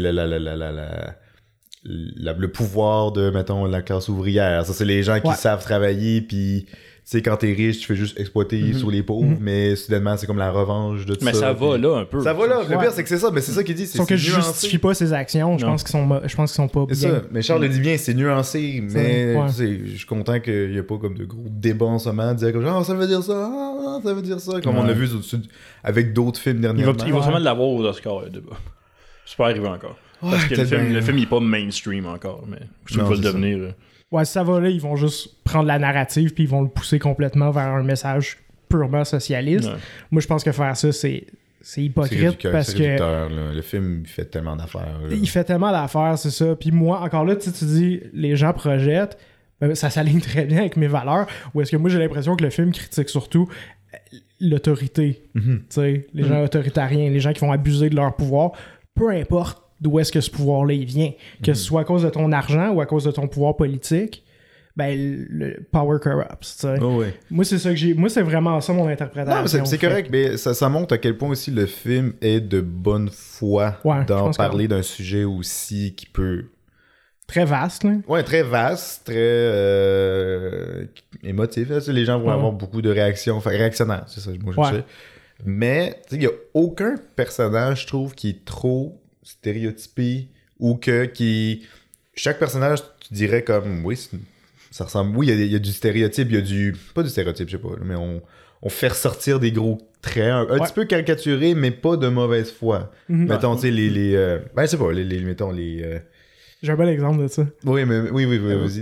le pouvoir de, mettons, la classe ouvrière. Ça, c'est les gens qui savent travailler, puis tu sais, quand t'es riche, tu fais juste exploiter sur les pauvres, mais soudainement, c'est comme la revanche de tout ça. Mais ça va là un peu. Ça va là. Le pire, c'est que c'est ça, mais c'est ça qu'il dit. Sauf que je justifie pas ses actions. Je pense qu'ils sont pas bien. C'est ça. Mais Charles le dit bien, c'est nuancé, mais je suis content qu'il n'y ait pas comme de gros débats en ce moment, dire comme ça veut dire ça, ça veut dire ça, comme on a vu avec d'autres films dernièrement. Il va sûrement l'avoir aux Oscars, le débat. C'est pas arrivé encore. Parce que le film il est pas mainstream encore, mais je sais qu'il va le devenir. Ouais, si ça va là, ils vont juste prendre la narrative puis ils vont le pousser complètement vers un message purement socialiste. Ouais. Moi, je pense que faire ça, c'est hypocrite parce que... Là. Le film, il fait tellement d'affaires. Là. Il fait tellement d'affaires, c'est ça. Puis moi, encore là, tu dis, les gens projettent, ça s'aligne très bien avec mes valeurs, ou est-ce que moi, j'ai l'impression que le film critique surtout l'autorité. Tu sais, les gens autoritariens, les gens qui vont abuser de leur pouvoir, peu importe d'où est-ce que ce pouvoir-là il vient. Que ce soit à cause de ton argent ou à cause de ton pouvoir politique, le power corrupts, tu sais. Oh oui. Moi, c'est ça que j'ai... Moi, c'est vraiment ça mon interprétation. Non, c'est correct, mais ça montre à quel point aussi le film est de bonne foi d'en parler d'un sujet aussi qui peut... Très vaste, là. Ouais, très vaste, très émotif. Là. Les gens vont avoir beaucoup de réactions, réactionnaires, c'est ça, moi je sais. Mais, tu sais, il n'y a aucun personnage, je trouve, qui est trop stéréotypé ou chaque personnage, tu dirais comme, oui, ça ressemble, oui, il y a du stéréotype, il y a du, pas du stéréotype, je sais pas, mais on fait ressortir des gros traits, un petit peu caricaturés, mais pas de mauvaise foi. Mettons, tu sais, je sais pas, mettons, les... J'ai un bel exemple de ça. Oui, mais oui, vas-y, d'abord.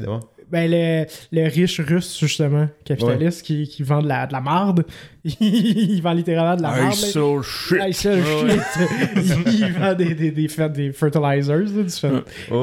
Ben, le riche russe, justement, capitaliste, qui vend de la marde. Il vend littéralement de la marde. so shit. I sell shit. Il vend des fertilizers, là, du fait.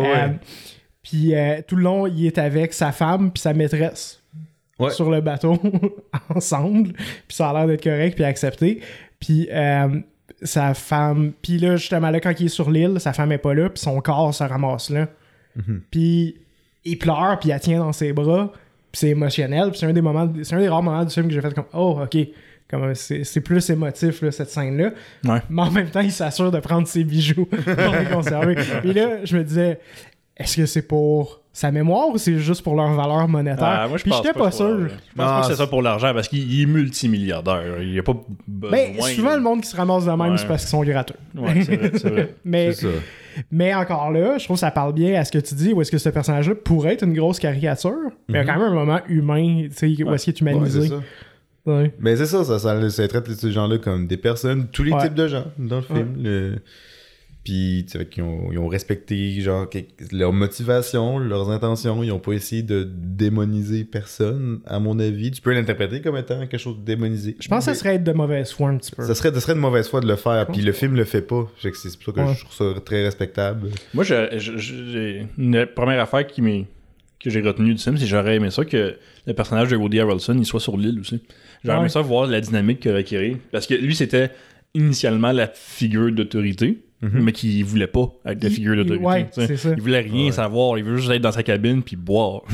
Puis tout le long, il est avec sa femme puis sa maîtresse sur le bateau ensemble. Puis ça a l'air d'être correct puis accepté. Puis sa femme... Puis là, justement, là, quand il est sur l'île, sa femme est pas là puis son corps se ramasse là. Puis il pleure puis il la tient dans ses bras. Puis c'est émotionnel. Puis c'est un des rares moments du film que j'ai fait comme « Oh, OK. » Comme c'est plus émotif, là, cette scène-là. Ouais. Mais en même temps, il s'assure de prendre ses bijoux pour les conserver. Puis là, je me disais... Est-ce que c'est pour sa mémoire ou c'est juste pour leur valeur monétaire? Moi, je Puis pense j'étais pas sûr. Je pense pas que c'est ça pour l'argent parce qu'il est multimilliardaire. Il n'y a pas besoin. Ben, souvent, le monde qui se ramasse de même, c'est parce qu'ils sont gratteux. Ouais, c'est vrai. mais encore là, je trouve que ça parle bien à ce que tu dis, où est-ce que ce personnage-là pourrait être une grosse caricature, mais il y a quand même un moment humain, tu sais, où est-ce qu'il est humanisé. Ouais, c'est ça. Ouais. Mais c'est ça traite ces gens-là comme des personnes, tous les types de gens dans le film. Puis, tu sais, ils ont respecté, genre, leur motivation, leurs intentions. Ils ont pas essayé de démoniser personne, à mon avis. Tu peux l'interpréter comme étant quelque chose de démonisé. Je pense que ça serait être de mauvaise foi un petit peu. Ça serait de mauvaise foi de le faire. Puis le film le fait pas. C'est pour ça que je trouve ça très respectable. Moi, j'ai une première affaire que j'ai retenue du film, c'est que j'aurais aimé ça que le personnage de Woody Harrelson, il soit sur l'île aussi. J'aurais aimé ça voir la dynamique qu'il aurait créée. Parce que lui, c'était initialement la figure d'autorité. Mais qui voulait pas être la figure d'autorité. Ouais, c'est ça. Il voulait rien savoir. Il veut juste être dans sa cabine puis boire.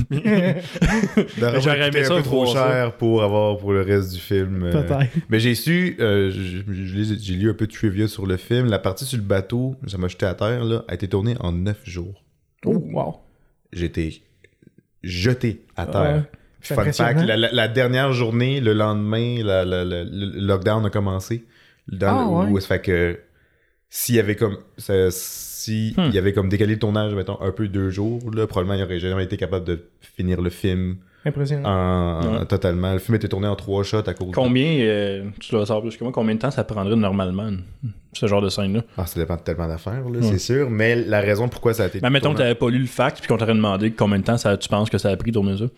J'aurais aimé ça un peu trop cher pour le reste du film. Peut-être. Mais j'ai su, j'ai lu un peu de trivia sur le film. La partie sur le bateau, ça m'a jeté à terre, là, a été tournée en 9 jours. Oh, wow. J'ai été jeté à terre. C'est Fun fact, impressionnant. la dernière journée, le lendemain, le lockdown a commencé. Où ça fait que s'il y avait comme il y avait comme décalé le tournage, mettons, un peu 2 jours, là, probablement il aurait jamais été capable de finir le film totalement. Le film était tourné en 3 shots à cause tu dois savoir plus que moi, combien de temps ça prendrait normalement, ce genre de scène-là? Ça dépend de tellement d'affaires, là, c'est sûr, mais la raison pourquoi ça a été... Mais mettons que t'avais pas lu le fact puis qu'on t'aurait demandé combien de temps tu penses que ça a pris de tourner ça?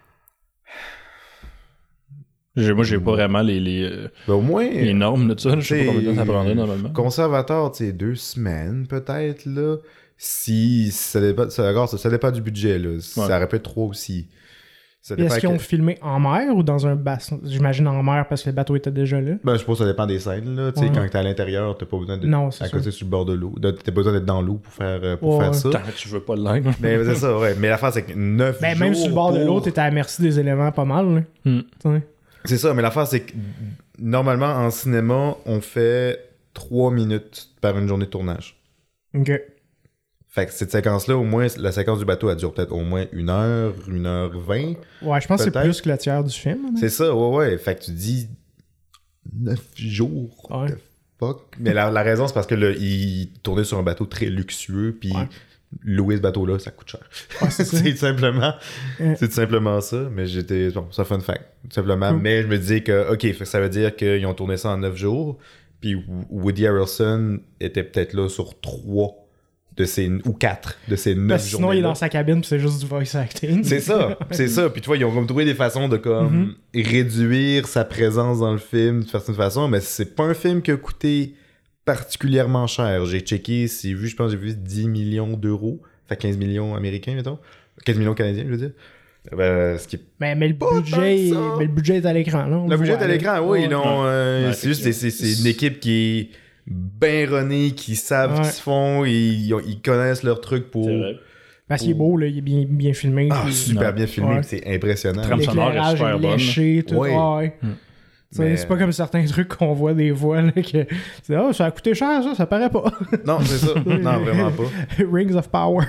Moi, j'ai pas vraiment au moins, les normes de ça. Je sais pas combien de temps ça prendrait normalement. Conservateur, tu sais, 2 semaines peut-être, là. Si ça dépend du budget, là. Ça aurait pu être 3 aussi. Est-ce qu'ils ont filmé en mer ou dans un bassin? J'imagine en mer parce que le bateau était déjà là. Ben, je suppose que ça dépend des scènes, là. Tu sais, quand t'es à l'intérieur, t'as pas besoin d'être à côté sur le bord de l'eau. T'as besoin d'être dans l'eau pour faire ça. Tu veux pas l'être. Mais c'est ça, ouais. Mais l'affaire, c'est que 9 jours. Même sur le bord de l'eau, t'es à la merci des éléments pas mal, là. C'est ça, mais l'affaire, c'est que normalement, en cinéma, on fait 3 minutes par une journée de tournage. OK. Fait que cette séquence-là, au moins, la séquence du bateau, elle dure peut-être au moins 1h, 1h20. Ouais, je pense que c'est plus que le tiers du film. C'est ça, ouais. Fait que tu dis 9 jours. What the fuck? Mais la raison, c'est parce que il tournait sur un bateau très luxueux, puis louer ce bateau-là, ça coûte cher. Ouais, c'est tout simplement ça. Mais c'est un fun fact, tout simplement. Mais je me disais que, OK, ça veut dire qu'ils ont tourné ça en 9 jours, puis Woody Harrelson était peut-être là sur 3 ou 4 de ces 9 journées. Sinon, il est dans sa cabine puis c'est juste du voice acting. C'est ça. Puis tu vois, ils ont comme trouvé des façons de comme réduire sa présence dans le film de certaine façon, mais c'est pas un film qui a coûté particulièrement cher. J'ai checké, je pense que j'ai vu 10 millions d'euros. Fait 15 millions américains, mettons. 15 millions canadiens, je veux dire. Ce qui est mais le budget est à l'écran, là. Le budget est à l'écran, oui. C'est juste c'est une équipe qui est bien runée, qui savent ce qu'ils font, ils connaissent leurs trucs pour... Parce qu'il est beau, là, il est bien filmé. Super bien filmé, c'est impressionnant. L'éclairage est léché, tout. C'est pas comme certains trucs qu'on voit des fois, là, que ça a coûté cher, ça paraît pas. Non, c'est ça. Non, vraiment pas. Rings of Power.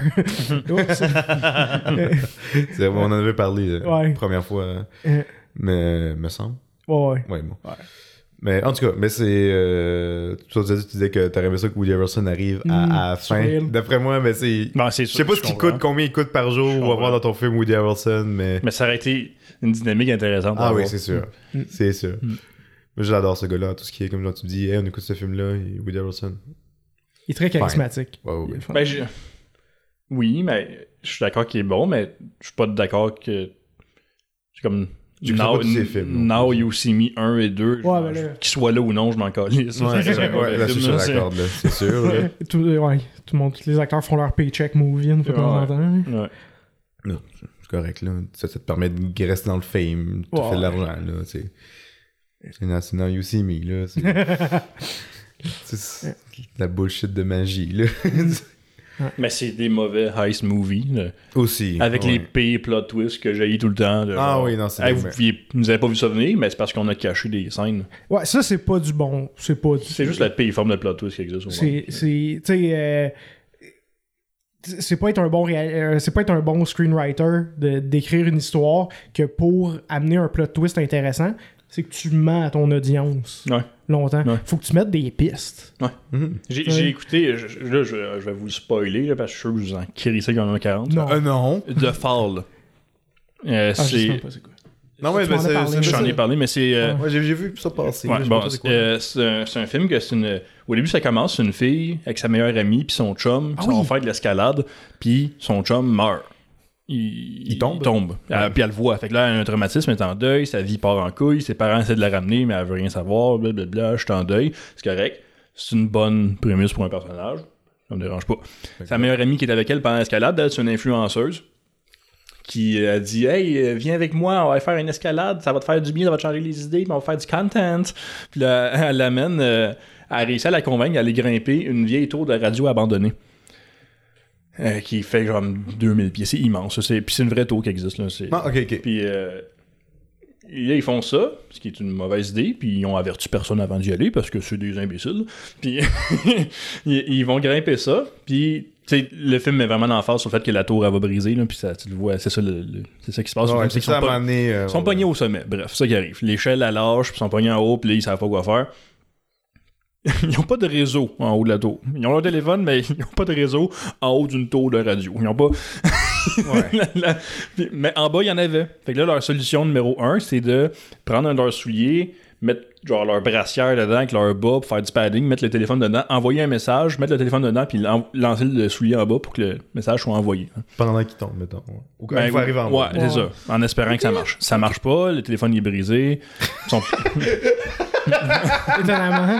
On en avait parlé la première fois, mais me semble. Ouais, bon. Mais en tout cas, c'est. Tu disais que t'aurais aimé ça que Woody Harrelson arrive à la fin. D'après moi, mais c'est. Je sais pas combien il coûte par jour ou avoir dans ton film Woody Harrelson, mais. Mais ça aurait été une dynamique intéressante. Ah oui, c'est sûr. C'est sûr. Moi, j'adore ce gars-là. Tout ce qui est comme genre, tu me dis, on écoute ce film-là, et Woody Harrelson. Il est très charismatique. Oui, mais je suis d'accord qu'il est bon, mais je suis pas d'accord que. C'est comme. Now You See Me 1 et 2, qu'il soit là ou non, je m'en calisse. Ouais, là, je suis d'accord, là, c'est sûr. Là. Tout le monde, tous les acteurs font leur paycheck movie une fois de temps en temps. Ouais. Non, c'est correct, là. Ça te permet de rester dans le fame, tu fais de l'argent, là. C'est Now You See Me, là. C'est la bullshit de magie, là. Mais c'est des mauvais heist movies. Là. Aussi. Avec les pires plot twists que j'ai tout le temps. Là, oui, non, c'est vous avez pas vu ça venir, mais c'est parce qu'on a caché des scènes. Ouais, ça, c'est pas du bon. C'est juste la pire forme de plot twist qui existe au monde. Tu sais, c'est pas être un bon c'est pas être un bon screenwriter d'écrire une histoire que pour amener un plot twist intéressant, c'est que tu mens à ton audience longtemps. Ouais. Faut que tu mettes des pistes. Ouais. J'ai écouté, là, je vais vous spoiler, là, parce que je suis sûr que vous en crissez comme un 40. Non. The Fall. Je sais pas c'est quoi. Non, mais j'en ai parlé, mais c'est... Ouais, j'ai vu ça passer. Ouais, bon, c'est un film que c'est une... Au début, ça commence, c'est une fille avec sa meilleure amie puis son chum qui vont faire de l'escalade, puis son chum meurt. Il tombe. Ouais. Puis elle le voit. Fait que là, elle a un traumatisme, elle est en deuil, sa vie part en couille, ses parents essaient de la ramener, mais elle veut rien savoir, blablabla, je suis en deuil. C'est correct. C'est une bonne prémisse pour un personnage. Ça me dérange pas. Sa meilleure amie qui est avec elle pendant l'escalade, elle, c'est une influenceuse qui a dit « Hey, viens avec moi, on va faire une escalade, ça va te faire du bien, ça va te changer les idées, puis on va faire du content. » Puis là, elle l'amène, elle a réussi à la convaincre d'aller grimper une vieille tour de radio abandonnée. Qui fait genre 2000 pieds, c'est immense. Puis c'est une vraie tour qui existe. Là. OK. Puis là, ils font ça, ce qui est une mauvaise idée, puis ils ont averti personne avant d'y aller parce que c'est des imbéciles. Puis ils vont grimper ça, puis le film met vraiment l'emphase sur le fait que la tour elle va briser, là, puis ça, tu le vois, c'est ça, c'est ça qui se passe. Ouais, ils sont pognés au sommet, bref, c'est ça qui arrive. L'échelle elle lâche, puis ils sont pognés en haut, puis là ils savent pas quoi faire. Ils n'ont pas de réseau en haut de la tour. Ils ont leur téléphone, mais ils n'ont pas de réseau en haut d'une tour de radio. Ils n'ont pas... Mais en bas, il y en avait. Fait que là, leur solution numéro 1, c'est de prendre un de leurs souliers, mettre genre leur brassière dedans avec leur bas pour faire du padding, mettre le téléphone dedans, envoyer un message, mettre le téléphone dedans, puis lancer le soulier en bas pour que le message soit envoyé. Pendant qu'il tombe, mettons. Ou quand il faut arriver en bas. Ouais, c'est ça. En espérant que ça marche. Ça marche pas, le téléphone il est brisé. Étonnamment.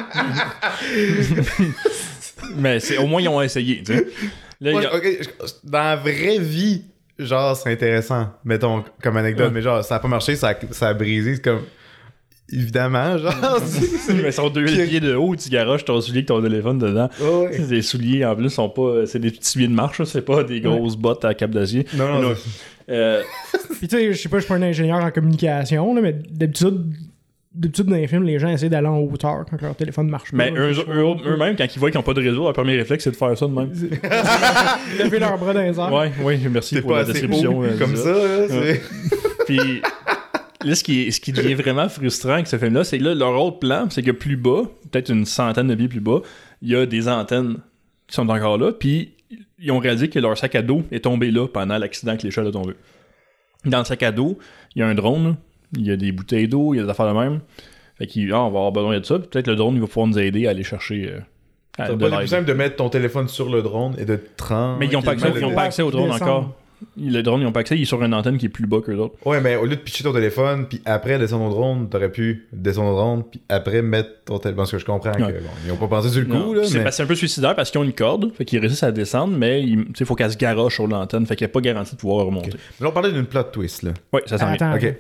Mais au moins ils ont essayé, tu sais. Là, dans la vraie vie, genre c'est intéressant, mettons comme anecdote, mais genre ça a pas marché, ça a brisé, c'est comme évidemment, genre mais sont 2 pieds de haut, tu garoches ton soulier avec ton téléphone dedans. Les souliers en plus sont pas, c'est des petits souliers de marche, c'est pas des grosses bottes à cap d'acier. Non. Puis tu sais, je sais pas, je suis pas un ingénieur en communication là, mais d'habitude dans les films, les gens essaient d'aller en hauteur quand leur téléphone marche pas. Mais eux-mêmes, quand ils voient qu'ils n'ont pas de réseau, leur premier réflexe, c'est de faire ça de même. Lever leurs bras dans les airs. Oui, merci pour la description. Comme ça, là, c'est... Puis là, ce qui devient vraiment frustrant avec ce film-là, c'est que là, leur autre plan, c'est que plus bas, peut-être une centaine de pieds plus bas, il y a des antennes qui sont encore là, puis ils ont réalisé que leur sac à dos est tombé là pendant l'accident que l'échelle a tombé. Dans le sac à dos, il y a un drone, là. Il y a des bouteilles d'eau, il y a des affaires de même. Fait qu'on va avoir besoin de ça. Peut-être le drone, il va pouvoir nous aider à aller chercher c'est pas plus simple de mettre ton téléphone sur le drone et de te rendre... Mais ils n'ont pas accès au drone encore. Le drone, ils n'ont pas accès, il est sur une antenne qui est plus bas que l'autre. Ouais, mais au lieu de pitcher ton téléphone, puis après descendre au drone, t'aurais pu descendre au drone, puis après mettre ton téléphone. Parce que je comprends que, ils n'ont pas pensé sur le coup, là. C'est un peu suicidaire parce qu'ils ont une corde, fait qu'ils réussissent à descendre, mais il faut qu'elle se garoche sur l'antenne, fait qu'elle n'est pas garantie de pouvoir remonter. Okay. Mais là, on parlait d'une plot twist, là. Oui, ça s'en vient. Ok.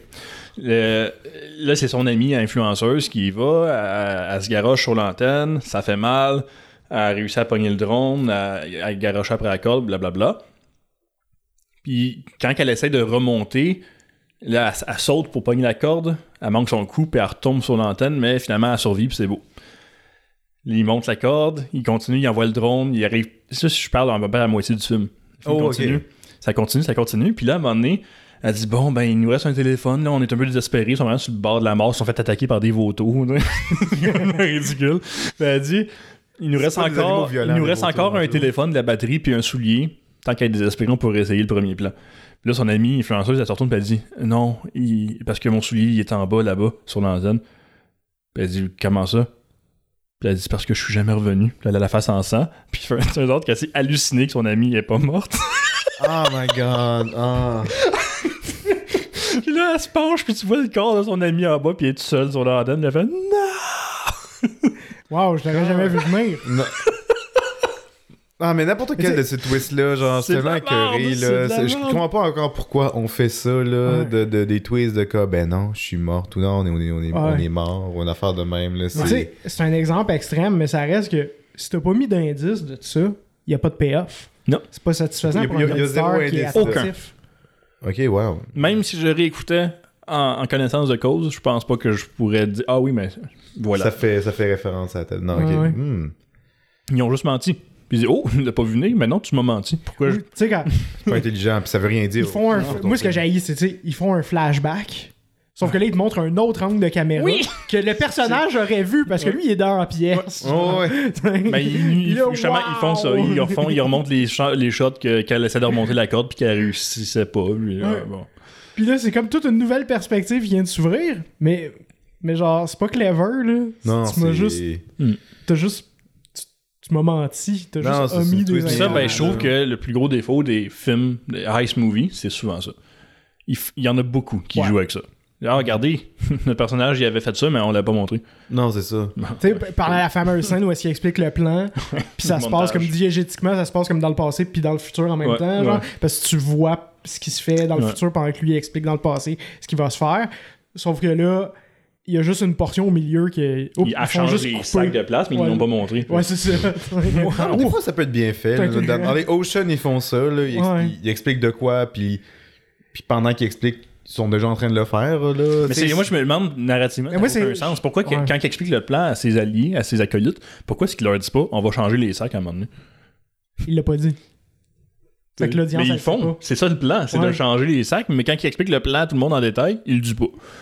Là, c'est son amie influenceuse qui y va, elle se garoche sur l'antenne, ça fait mal, elle réussit à pogner le drone, elle garoche après la corde, blablabla. Puis quand elle essaie de remonter, là, elle saute pour pogner la corde, elle manque son coup, puis elle retombe sur l'antenne, mais finalement, elle survit, puis c'est beau. Il monte la corde, il continue, il envoie le drone, il arrive... Ça, je parle à peu près à la moitié du film. Okay. Ça continue, puis là, à un moment donné, elle dit, bon, ben, il nous reste un téléphone, là, on est un peu désespérés, ils sont vraiment sur le bord de la mort, ils se sont fait attaquer par des vautours. C'est ridicule. Puis elle dit, il nous reste encore un téléphone, de la batterie, puis un soulier. Tant qu'elle est désespérée, on pourrait essayer le premier plan. Puis là, son amie influenceuse, elle se retourne et elle dit non, parce que mon soulier, il est en bas, là-bas, sur l'antenne. Puis elle dit comment ça? Puis elle dit parce que je suis jamais revenu. Puis elle a la face en sang. Puis c'est un autre qui est assez halluciné que son amie est pas morte. Oh my god. Oh. Puis là, elle se penche, puis tu vois le corps de son ami en bas, puis il est tout seul sur l'antenne. Elle fait non! Wow, je l'aurais jamais vu venir. Non. Ah, mais n'importe quel de ces twists-là, genre, c'est tellement écœuré, là. Je comprends pas encore pourquoi on fait ça, là, des twists de cas, ben non, je suis mort, ou non, on est mort, ou une affaire de même, là. Tu sais, c'est un exemple extrême, mais ça reste que si t'as pas mis d'indice de tout ça, il a pas de payoff. Non. C'est pas satisfaisant pour un y a zéro auditeur qui est indice, attentif. Ok, wow. Même si je réécoutais en connaissance de cause, je pense pas que je pourrais dire ah oui, mais voilà. Ça fait référence à tel. Non, ok. Ouais. Ils ont juste menti. Puis ils disent oh, il l'a pas vu venir, mais non, tu m'as menti. Pourquoi je... Tu sais, quand C'est pas intelligent, puis ça veut rien dire. ils font moi, ce que j'haïs, c'est, tu sais, ils font un flashback. Sauf que là, ils te montrent un autre angle de caméra que le personnage aurait vu parce que lui, il est dans la pièce. Oh, ouais. Mais justement, ils font ça. Ils remontent les shots qu'elle essaie de remonter la corde puis qu'elle réussissait pas. Puis, bon. Puis là, c'est comme toute une nouvelle perspective qui vient de s'ouvrir. Mais genre, c'est pas clever, là. Non, tu m'as juste. T'as juste. Tu m'as menti. T'as juste omis des ça, je trouve que le plus gros défaut des films, des heist movies, c'est souvent ça. Il y en a beaucoup qui jouent avec ça. Ah, regardez, notre personnage, il avait fait ça, mais on l'a pas montré. Non, c'est ça. Tu sais, par la fameuse scène où est-ce qu'il explique le plan, puis ça se passe comme diégétiquement, ça se passe comme dans le passé puis dans le futur en même temps, genre, parce que tu vois ce qui se fait dans le futur pendant que lui il explique dans le passé ce qui va se faire. Sauf que là, il y a juste une portion au milieu qui il a changé les sacs de place, mais ils l'ont pas montré. Ouais, c'est ça. Des fois, ça peut être bien fait. Là. Dans les Ocean, ils font ça. Là. Ils expliquent de quoi, puis pendant qu'ils expliquent, ils sont déjà en train de le faire. Là. Mais moi, je me demande narrativement, ça n'a aucun sens. Pourquoi, quand il explique le plan à ses alliés, à ses acolytes, pourquoi est-ce qu'il leur dit pas on va changer les sacs à un moment donné? Il l'a pas dit. Fait que l'audience, mais ils font. C'est ça le plan, c'est de changer les sacs, mais quand il explique le plan à tout le monde en détail, il le dit pas.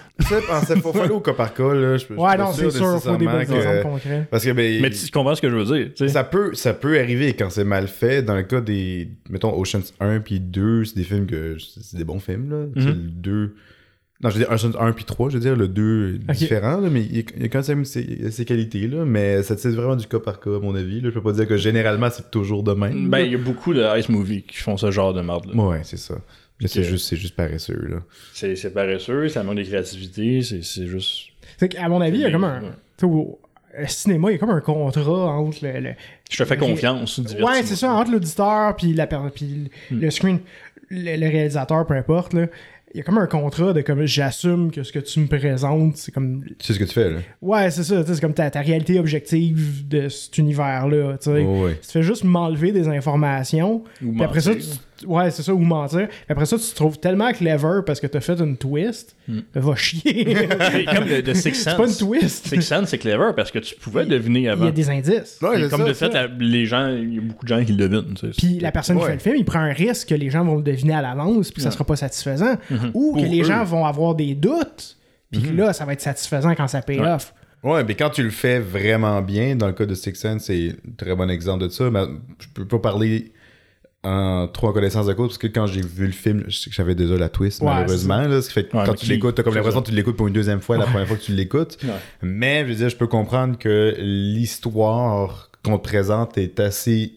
Il faut faire au cas par cas. Là. Non, c'est sûr, il faut des bons exemples concrets. Parce que, mais tu comprends ce que je veux dire. T'sais. Ça peut arriver quand c'est mal fait. Dans le cas des, mettons, Ocean's 1 puis 2, c'est des films que... C'est des bons films, là. Le 2... Non, je veux dire Ocean's 1 puis 3, je veux dire, le 2 est différent, là, mais il y a quand même ses qualités, là. Mais c'est vraiment du cas par cas, à mon avis. Là. Je peux pas dire que généralement, c'est toujours de même. Ben, il y a beaucoup de heist movies qui font ce genre de merde, là. Ouais, c'est ça. Mais c'est juste paresseux, là. C'est paresseux, ça manque de créativité, c'est juste... C'est qu'à mon avis, il y a comme un... Tu sais, au cinéma, il y a comme un contrat entre le je te fais confiance. Ouais, c'est ça, entre l'auditeur puis le screen, le réalisateur, peu importe, là. Il y a comme un contrat de comme j'assume que ce que tu me présentes, c'est comme... C'est ce que tu fais, là. Ouais, c'est ça. C'est comme ta réalité objective de cet univers-là. Tu fais juste m'enlever des informations. Ou puis après ça, ouais, c'est ça, ou mentir. Puis après ça, tu te trouves tellement clever parce que t'as fait une twist. Va chier. Comme de Sixth Sense. C'est pas une twist. Sixth Sense, c'est clever parce que tu pouvais deviner avant. Il y a des indices. Ouais, comme de fait, les gens, il y a beaucoup de gens qui le devinent. Puis la personne qui fait le film, il prend un risque que les gens vont le deviner à l'avance puis que ça sera pas satisfaisant. Ou que les gens vont avoir des doutes puis que là, ça va être satisfaisant quand ça paye off. Ouais, mais quand tu le fais vraiment bien, dans le cas de Sixth Sense, c'est un très bon exemple de ça. Mais je peux pas parler trop en connaissance de cause parce que quand j'ai vu le film, je sais que j'avais déjà la twist, malheureusement. Là, ce qui fait que quand tu l'écoutes, t'as comme l'impression que tu l'écoutes pour une deuxième fois la première fois que tu l'écoutes. Mais je veux dire, je peux comprendre que l'histoire qu'on te présente est assez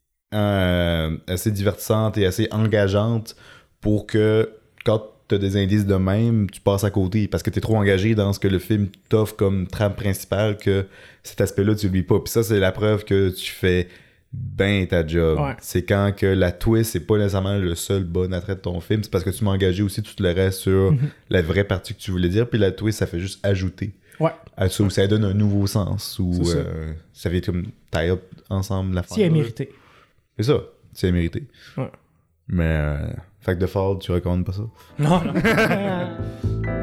divertissante et assez engageante pour que quand t'as des indices de même, tu passes à côté parce que t'es trop engagé dans ce que le film t'offre comme trame principale que cet aspect-là tu l'oublies pas. Puis ça, c'est la preuve que tu fais ben ta job. C'est quand que la twist c'est pas nécessairement le seul bon attrait de ton film, c'est parce que tu m'as engagé aussi tout le reste sur la vraie partie que tu voulais dire, puis la twist ça fait juste ajouter à ça, où ça donne un nouveau sens, où ça vient comme tie up ensemble la fin. C'est mérité. C'est ça, c'est mérité. Mais Fact de Fall, tu recommandes pas ça? Non.